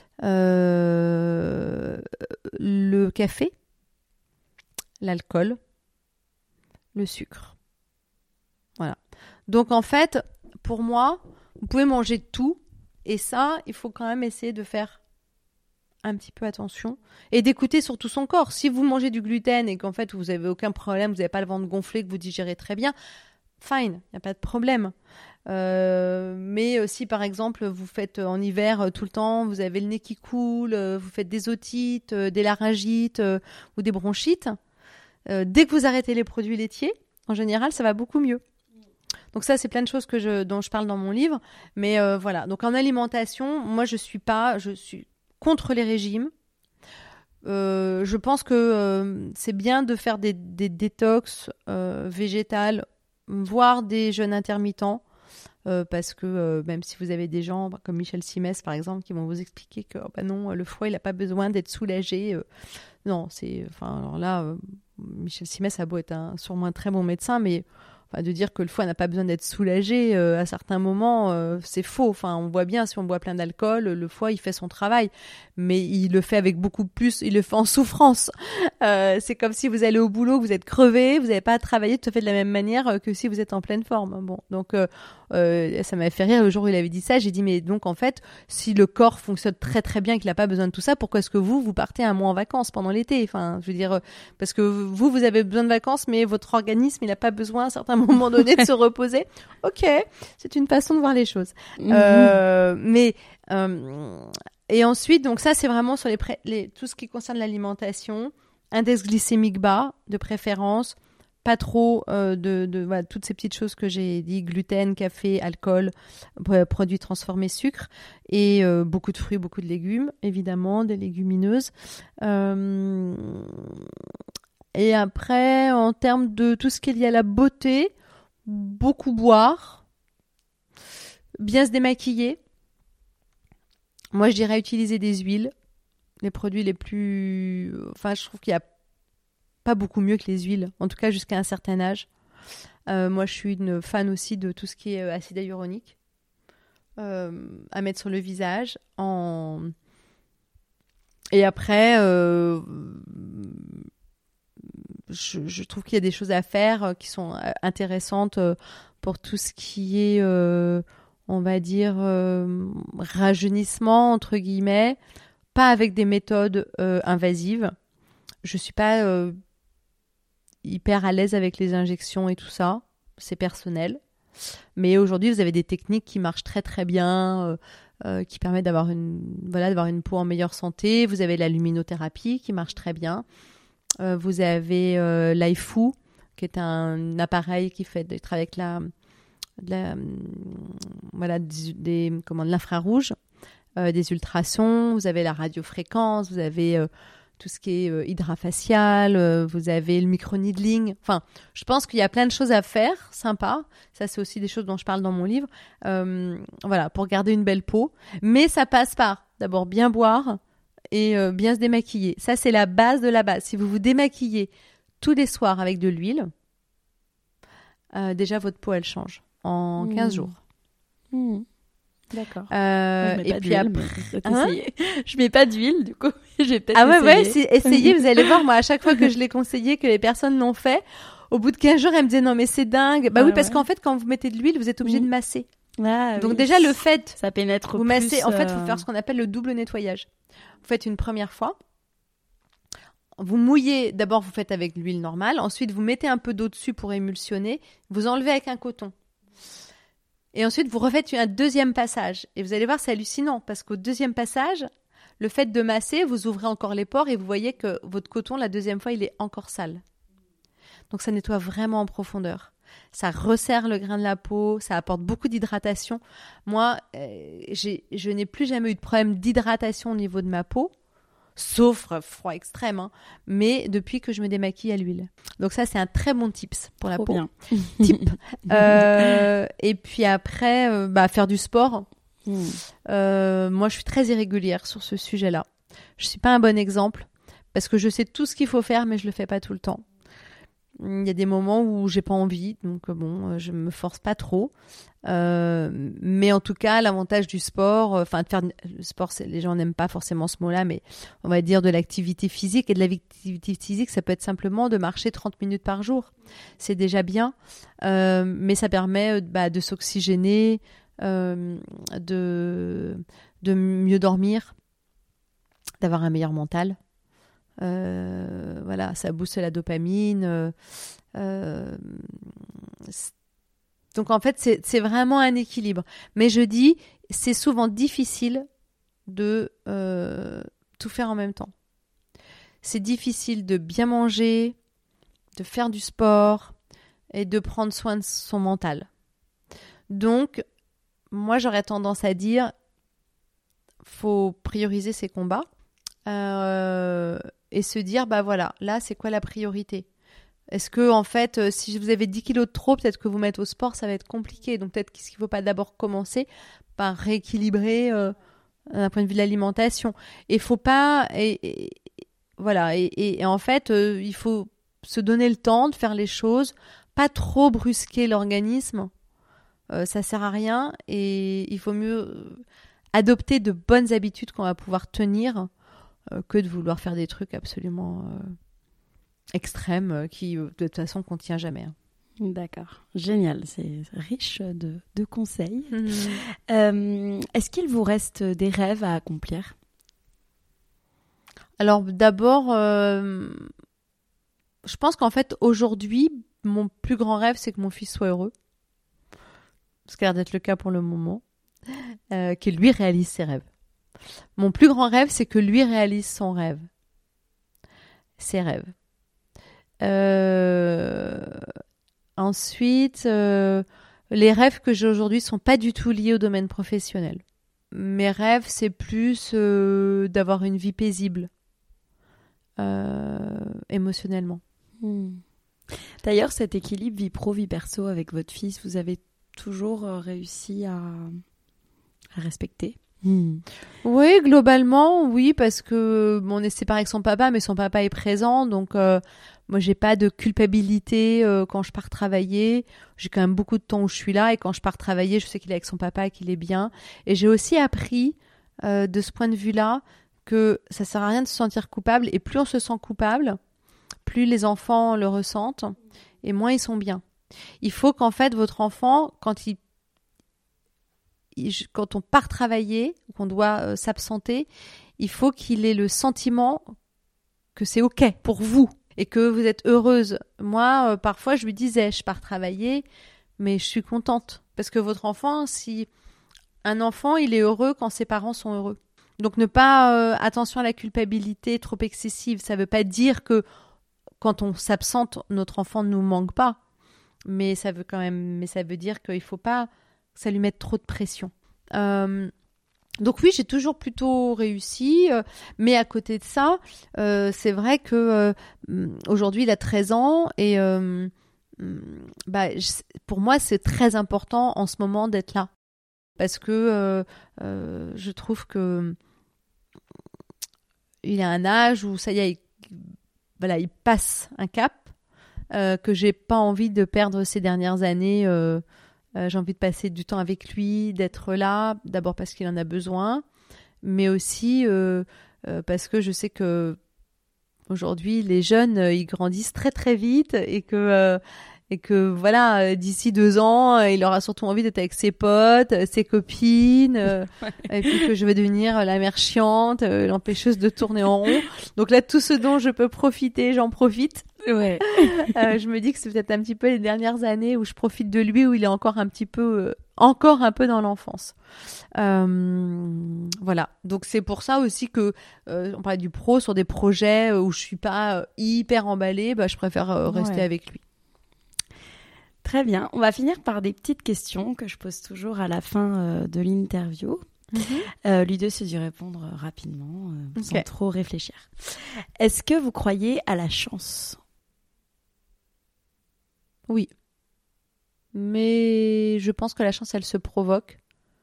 le café, l'alcool, le sucre. Voilà. Donc en fait, pour moi, vous pouvez manger tout, et ça, il faut quand même essayer de faire un petit peu attention et d'écouter surtout son corps. Si vous mangez du gluten et qu'en fait vous n'avez aucun problème, vous n'avez pas le ventre gonflé, que vous digérez très bien, fine, il n'y a pas de problème. Mais si par exemple vous faites en hiver tout le temps, vous avez le nez qui coule, vous faites des otites, des laryngites ou des bronchites, dès que vous arrêtez les produits laitiers, en général, ça va beaucoup mieux. Donc ça, c'est plein de choses dont je parle dans mon livre. Mais voilà, donc en alimentation, moi je suis contre les régimes. Je pense que c'est bien de faire des détox végétales, voire des jeûnes intermittents. Parce que même si vous avez des gens comme Michel Simès par exemple qui vont vous expliquer que non, le foie il n'a pas besoin d'être soulagé, non, alors là Michel Simès a beau être sûrement un très bon médecin, mais de dire que le foie n'a pas besoin d'être soulagé à certains moments, c'est faux. On voit bien, si on boit plein d'alcool, le foie, il fait son travail. Mais il le fait avec beaucoup plus, il le fait en souffrance. C'est comme si vous allez au boulot, vous êtes crevé, vous n'avez pas à travailler tout à fait de la même manière que si vous êtes en pleine forme. Bon, donc ça m'avait fait rire le jour où il avait dit ça. J'ai dit, mais donc en fait, si le corps fonctionne très très bien et qu'il n'a pas besoin de tout ça, pourquoi est-ce que vous partez un mois en vacances pendant l'été ? Je veux dire, parce que vous avez besoin de vacances, mais votre organisme, il n'a pas besoin à un certain moment donné de se reposer. Ok, c'est une façon de voir les choses. Et ensuite, donc ça, c'est vraiment sur tout ce qui concerne l'alimentation, index glycémique bas, de préférence, pas trop voilà, toutes ces petites choses que j'ai dit, gluten, café, alcool, produits transformés, sucre, et beaucoup de fruits, beaucoup de légumes, évidemment, des légumineuses. Et après, en termes de tout ce qui est lié à la beauté, beaucoup boire, bien se démaquiller. Moi, je dirais utiliser des huiles, les produits les plus... je trouve qu'il n'y a pas beaucoup mieux que les huiles, en tout cas jusqu'à un certain âge. Moi, je suis une fan aussi de tout ce qui est acide hyaluronique à mettre sur le visage. Et après, je trouve qu'il y a des choses à faire qui sont intéressantes pour tout ce qui est... on va dire, rajeunissement, entre guillemets, pas avec des méthodes invasives. Je ne suis pas hyper à l'aise avec les injections et tout ça, c'est personnel. Mais aujourd'hui, vous avez des techniques qui marchent très très bien, qui permettent d'avoir une peau en meilleure santé. Vous avez la luminothérapie qui marche très bien. Vous avez l'AIFU, qui est un appareil qui travaille avec de l'infrarouge, des ultrasons, vous avez la radiofréquence, vous avez tout ce qui est hydrafacial, vous avez le micro-needling. Je pense qu'il y a plein de choses à faire, sympa. Ça, c'est aussi des choses dont je parle dans mon livre. Voilà, pour garder une belle peau. Mais ça passe par, d'abord, bien boire et bien se démaquiller. Ça, c'est la base de la base. Si vous vous démaquillez tous les soirs avec de l'huile, déjà, votre peau, elle change en 15 jours. D'accord. Et puis après, je mets pas d'huile, du coup. Je vais peut-être essayez, vous allez voir, moi, à chaque fois que je l'ai conseillé, que les personnes l'ont fait, au bout de 15 jours, elles me disaient non, mais c'est dingue. Parce qu'en fait, quand vous mettez de l'huile, vous êtes obligé de masser. Donc déjà, le fait, ça pénètre vous plus. Massez, en fait, il faut faire ce qu'on appelle le double nettoyage. Vous faites une première fois. Vous mouillez, d'abord vous faites avec l'huile normale, ensuite vous mettez un peu d'eau dessus pour émulsionner, vous enlevez avec un coton. Et ensuite vous refaites un deuxième passage. Et vous allez voir, c'est hallucinant, parce qu'au deuxième passage, le fait de masser, vous ouvrez encore les pores et vous voyez que votre coton, la deuxième fois, il est encore sale. Donc ça nettoie vraiment en profondeur. Ça resserre le grain de la peau, ça apporte beaucoup d'hydratation. Moi, je n'ai plus jamais eu de problème d'hydratation au niveau de ma peau, sauf froid extrême, hein, mais depuis que je me démaquille à l'huile. Donc ça, c'est un très bon tips pour la Trop peau. bien. Tip. Et puis après, faire du sport. Moi, je suis très irrégulière sur ce sujet-là. Je suis pas un bon exemple parce que je sais tout ce qu'il faut faire, mais je le fais pas tout le temps. Il y a des moments où j'ai pas envie, donc je me force pas trop. Mais en tout cas, l'avantage du sport, de faire le sport, les gens n'aiment pas forcément ce mot-là, mais on va dire de l'activité physique. Et de l'activité physique, ça peut être simplement de marcher 30 minutes par jour. C'est déjà bien, mais ça permet de s'oxygéner, de mieux dormir, d'avoir un meilleur mental. Voilà, ça booste la dopamine. Donc en fait, c'est vraiment un équilibre. Mais je dis, c'est souvent difficile de tout faire en même temps. C'est difficile de bien manger, de faire du sport et de prendre soin de son mental. Donc, moi, j'aurais tendance à dire, faut prioriser ses combats. Et se dire, voilà, là, c'est quoi la priorité ? Est-ce que, en fait, si vous avez 10 kilos de trop, peut-être que vous mettre au sport, ça va être compliqué. Donc, peut-être qu'il ne faut pas d'abord commencer par rééquilibrer d'un point de vue de l'alimentation. Et il faut pas... voilà. Et en fait, il faut se donner le temps de faire les choses, pas trop brusquer l'organisme. Ça sert à rien. Et il faut mieux adopter de bonnes habitudes qu'on va pouvoir tenir que de vouloir faire des trucs absolument extrêmes qui, de toute façon, qu'on ne tient jamais. D'accord, génial, c'est riche de conseils. Est-ce qu'il vous reste des rêves à accomplir ? Alors d'abord, je pense qu'en fait, aujourd'hui, mon plus grand rêve, c'est que mon fils soit heureux. Ce qui a l'air d'être le cas pour le moment. Qu'il lui réalise ses rêves. Mon plus grand rêve, c'est que lui réalise son rêve. Ses rêves. Ensuite, les rêves que j'ai aujourd'hui sont pas du tout liés au domaine professionnel. Mes rêves, c'est plus d'avoir une vie paisible, émotionnellement. D'ailleurs, cet équilibre vie pro, vie perso avec votre fils, vous avez toujours réussi à respecter ? Oui, globalement, oui, parce que on est séparé avec son papa, mais son papa est présent, donc moi j'ai pas de culpabilité quand je pars travailler. J'ai quand même beaucoup de temps où je suis là, et quand je pars travailler, je sais qu'il est avec son papa et qu'il est bien. Et j'ai aussi appris de ce point de vue-là que ça sert à rien de se sentir coupable, et plus on se sent coupable, plus les enfants le ressentent, et moins ils sont bien. Il faut qu'en fait votre enfant, quand on part travailler, qu'on doit s'absenter, il faut qu'il ait le sentiment que c'est OK pour vous et que vous êtes heureuse. Moi, parfois, je lui disais, je pars travailler, mais je suis contente. Parce que votre enfant, si un enfant, il est heureux quand ses parents sont heureux. Donc, ne pas... attention à la culpabilité trop excessive. Ça ne veut pas dire que quand on s'absente, notre enfant ne nous manque pas. Mais ça veut dire qu'il ne faut pas... ça lui met trop de pression. Donc oui, j'ai toujours plutôt réussi, mais à côté de ça, c'est vrai que aujourd'hui, il a 13 ans et pour moi, c'est très important en ce moment d'être là. Parce que je trouve que il a un âge où ça y est, il passe un cap que j'ai pas envie de perdre ces dernières années. J'ai envie de passer du temps avec lui, d'être là, d'abord parce qu'il en a besoin, mais aussi parce que je sais que aujourd'hui les jeunes ils grandissent très très vite et que voilà, d'ici 2 ans il aura surtout envie d'être avec ses potes, ses copines, et puis que je vais devenir la mère chiante, l'empêcheuse de tourner en rond. Donc là, tout ce dont je peux profiter, j'en profite. Ouais. Je me dis que c'est peut-être un petit peu les dernières années où je profite de lui, où il est encore un peu dans l'enfance. Voilà. Donc c'est pour ça aussi que on parlait du pro sur des projets où je suis pas hyper emballée, je préfère rester avec lui. Très bien. On va finir par des petites questions que je pose toujours à la fin de l'interview. L'idée, c'est d'y répondre rapidement, sans trop réfléchir. Est-ce que vous croyez à la chance ? Oui. Mais je pense que la chance, elle se provoque.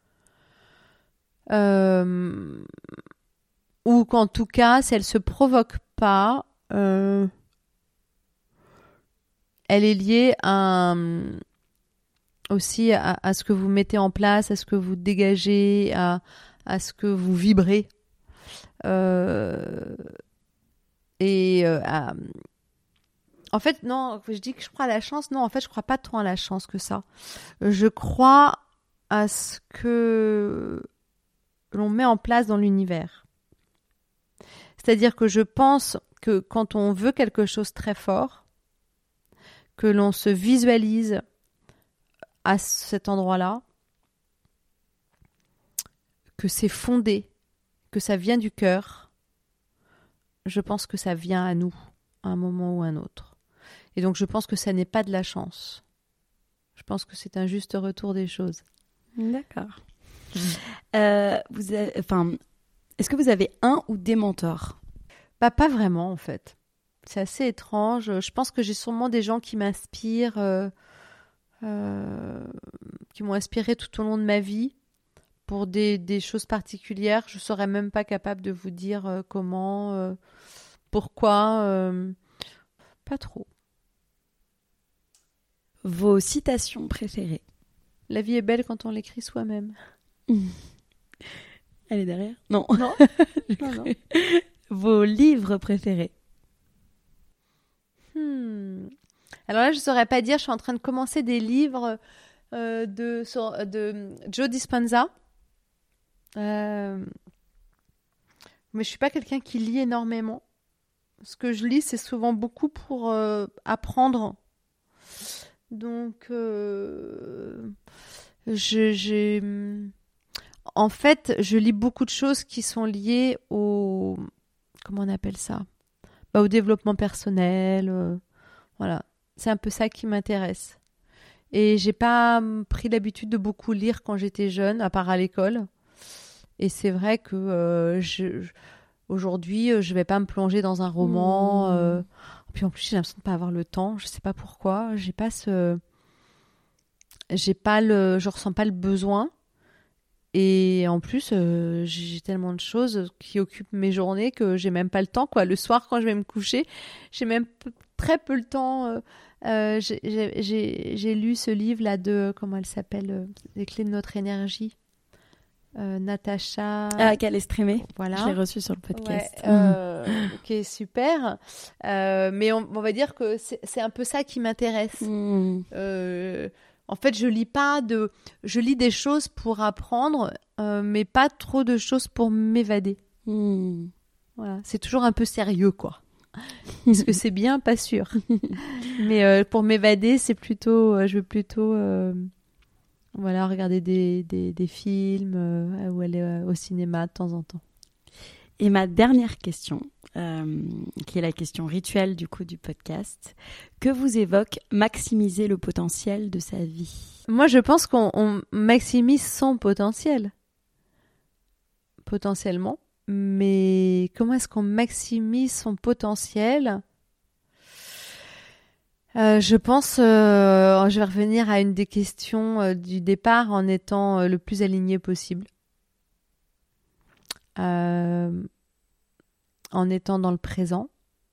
Ou qu'en tout cas, si elle se provoque pas, elle est liée aussi à ce que vous mettez en place, à ce que vous dégagez, à ce que vous vibrez. En fait, non, je dis que je crois à la chance. Non, en fait, je crois pas tant à la chance que ça. Je crois à ce que l'on met en place dans l'univers. C'est-à-dire que je pense que quand on veut quelque chose très fort, que l'on se visualise à cet endroit-là, que c'est fondé, que ça vient du cœur, je pense que ça vient à nous, à un moment ou à un autre. Et donc je pense que ça n'est pas de la chance. Je pense que c'est un juste retour des choses. D'accord. Est-ce que vous avez un ou des mentors ? Pas vraiment en fait. C'est assez étrange. Je pense que j'ai sûrement des gens qui m'inspirent, qui m'ont inspiré tout au long de ma vie pour des choses particulières. Je ne serais même pas capable de vous dire comment, pourquoi. Pas trop. Vos citations préférées ? La vie est belle quand on l'écrit soi-même. Elle est derrière ? Non. Non. Non. Vos livres préférés ? Alors là, je ne saurais pas dire. Je suis en train de commencer des livres de Joe Dispenza. Mais je ne suis pas quelqu'un qui lit énormément. Ce que je lis, c'est souvent beaucoup pour apprendre. Donc, en fait, je lis beaucoup de choses qui sont liées au... Comment on appelle ça ? Au développement personnel. Voilà. C'est un peu ça qui m'intéresse. Et j'ai pas pris l'habitude de beaucoup lire quand j'étais jeune, à part à l'école. Et c'est vrai que aujourd'hui, je vais pas me plonger dans un roman. Puis en plus, j'ai l'impression de pas avoir le temps. Je sais pas pourquoi. Je ressens pas le besoin. Et en plus, j'ai tellement de choses qui occupent mes journées que j'ai même pas le temps, quoi. Le soir, quand je vais me coucher, j'ai même très peu le temps. J'ai lu ce livre-là de... Comment elle s'appelle ? Les clés de notre énergie. Natacha... qu'elle est streamée. Voilà. Je l'ai reçue sur le podcast. Ouais, ok, super. Mais on va dire que c'est un peu ça qui m'intéresse. En fait, je lis des choses pour apprendre, mais pas trop de choses pour m'évader. Voilà, c'est toujours un peu sérieux, quoi. Est-ce que c'est bien ? Pas sûr. Mais pour m'évader, c'est plutôt, je veux plutôt, regarder des films ou aller au cinéma de temps en temps. Et ma dernière question, qui est la question rituelle du coup du podcast, que vous évoque maximiser le potentiel de sa vie ? Moi, je pense qu'on maximise son potentiel, potentiellement. Mais comment est-ce qu'on maximise son potentiel ? Je pense, je vais revenir à une des questions du départ en étant le plus aligné possible. En étant dans le présent,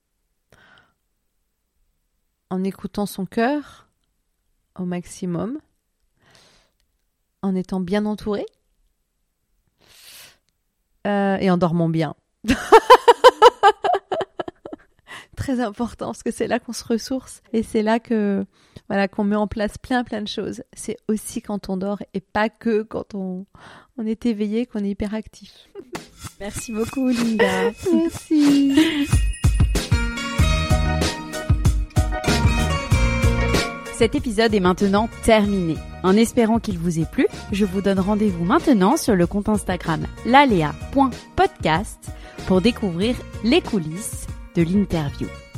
en écoutant son cœur au maximum, en étant bien entouré et en dormant bien. Très important parce que c'est là qu'on se ressource et c'est là que qu'on met en place plein de choses. C'est aussi quand on dort et pas que quand on est éveillé, qu'on est hyperactif. Merci beaucoup, Linda. Merci. Cet épisode est maintenant terminé. En espérant qu'il vous ait plu, je vous donne rendez-vous maintenant sur le compte Instagram lalea.podcast pour découvrir les coulisses de l'interview.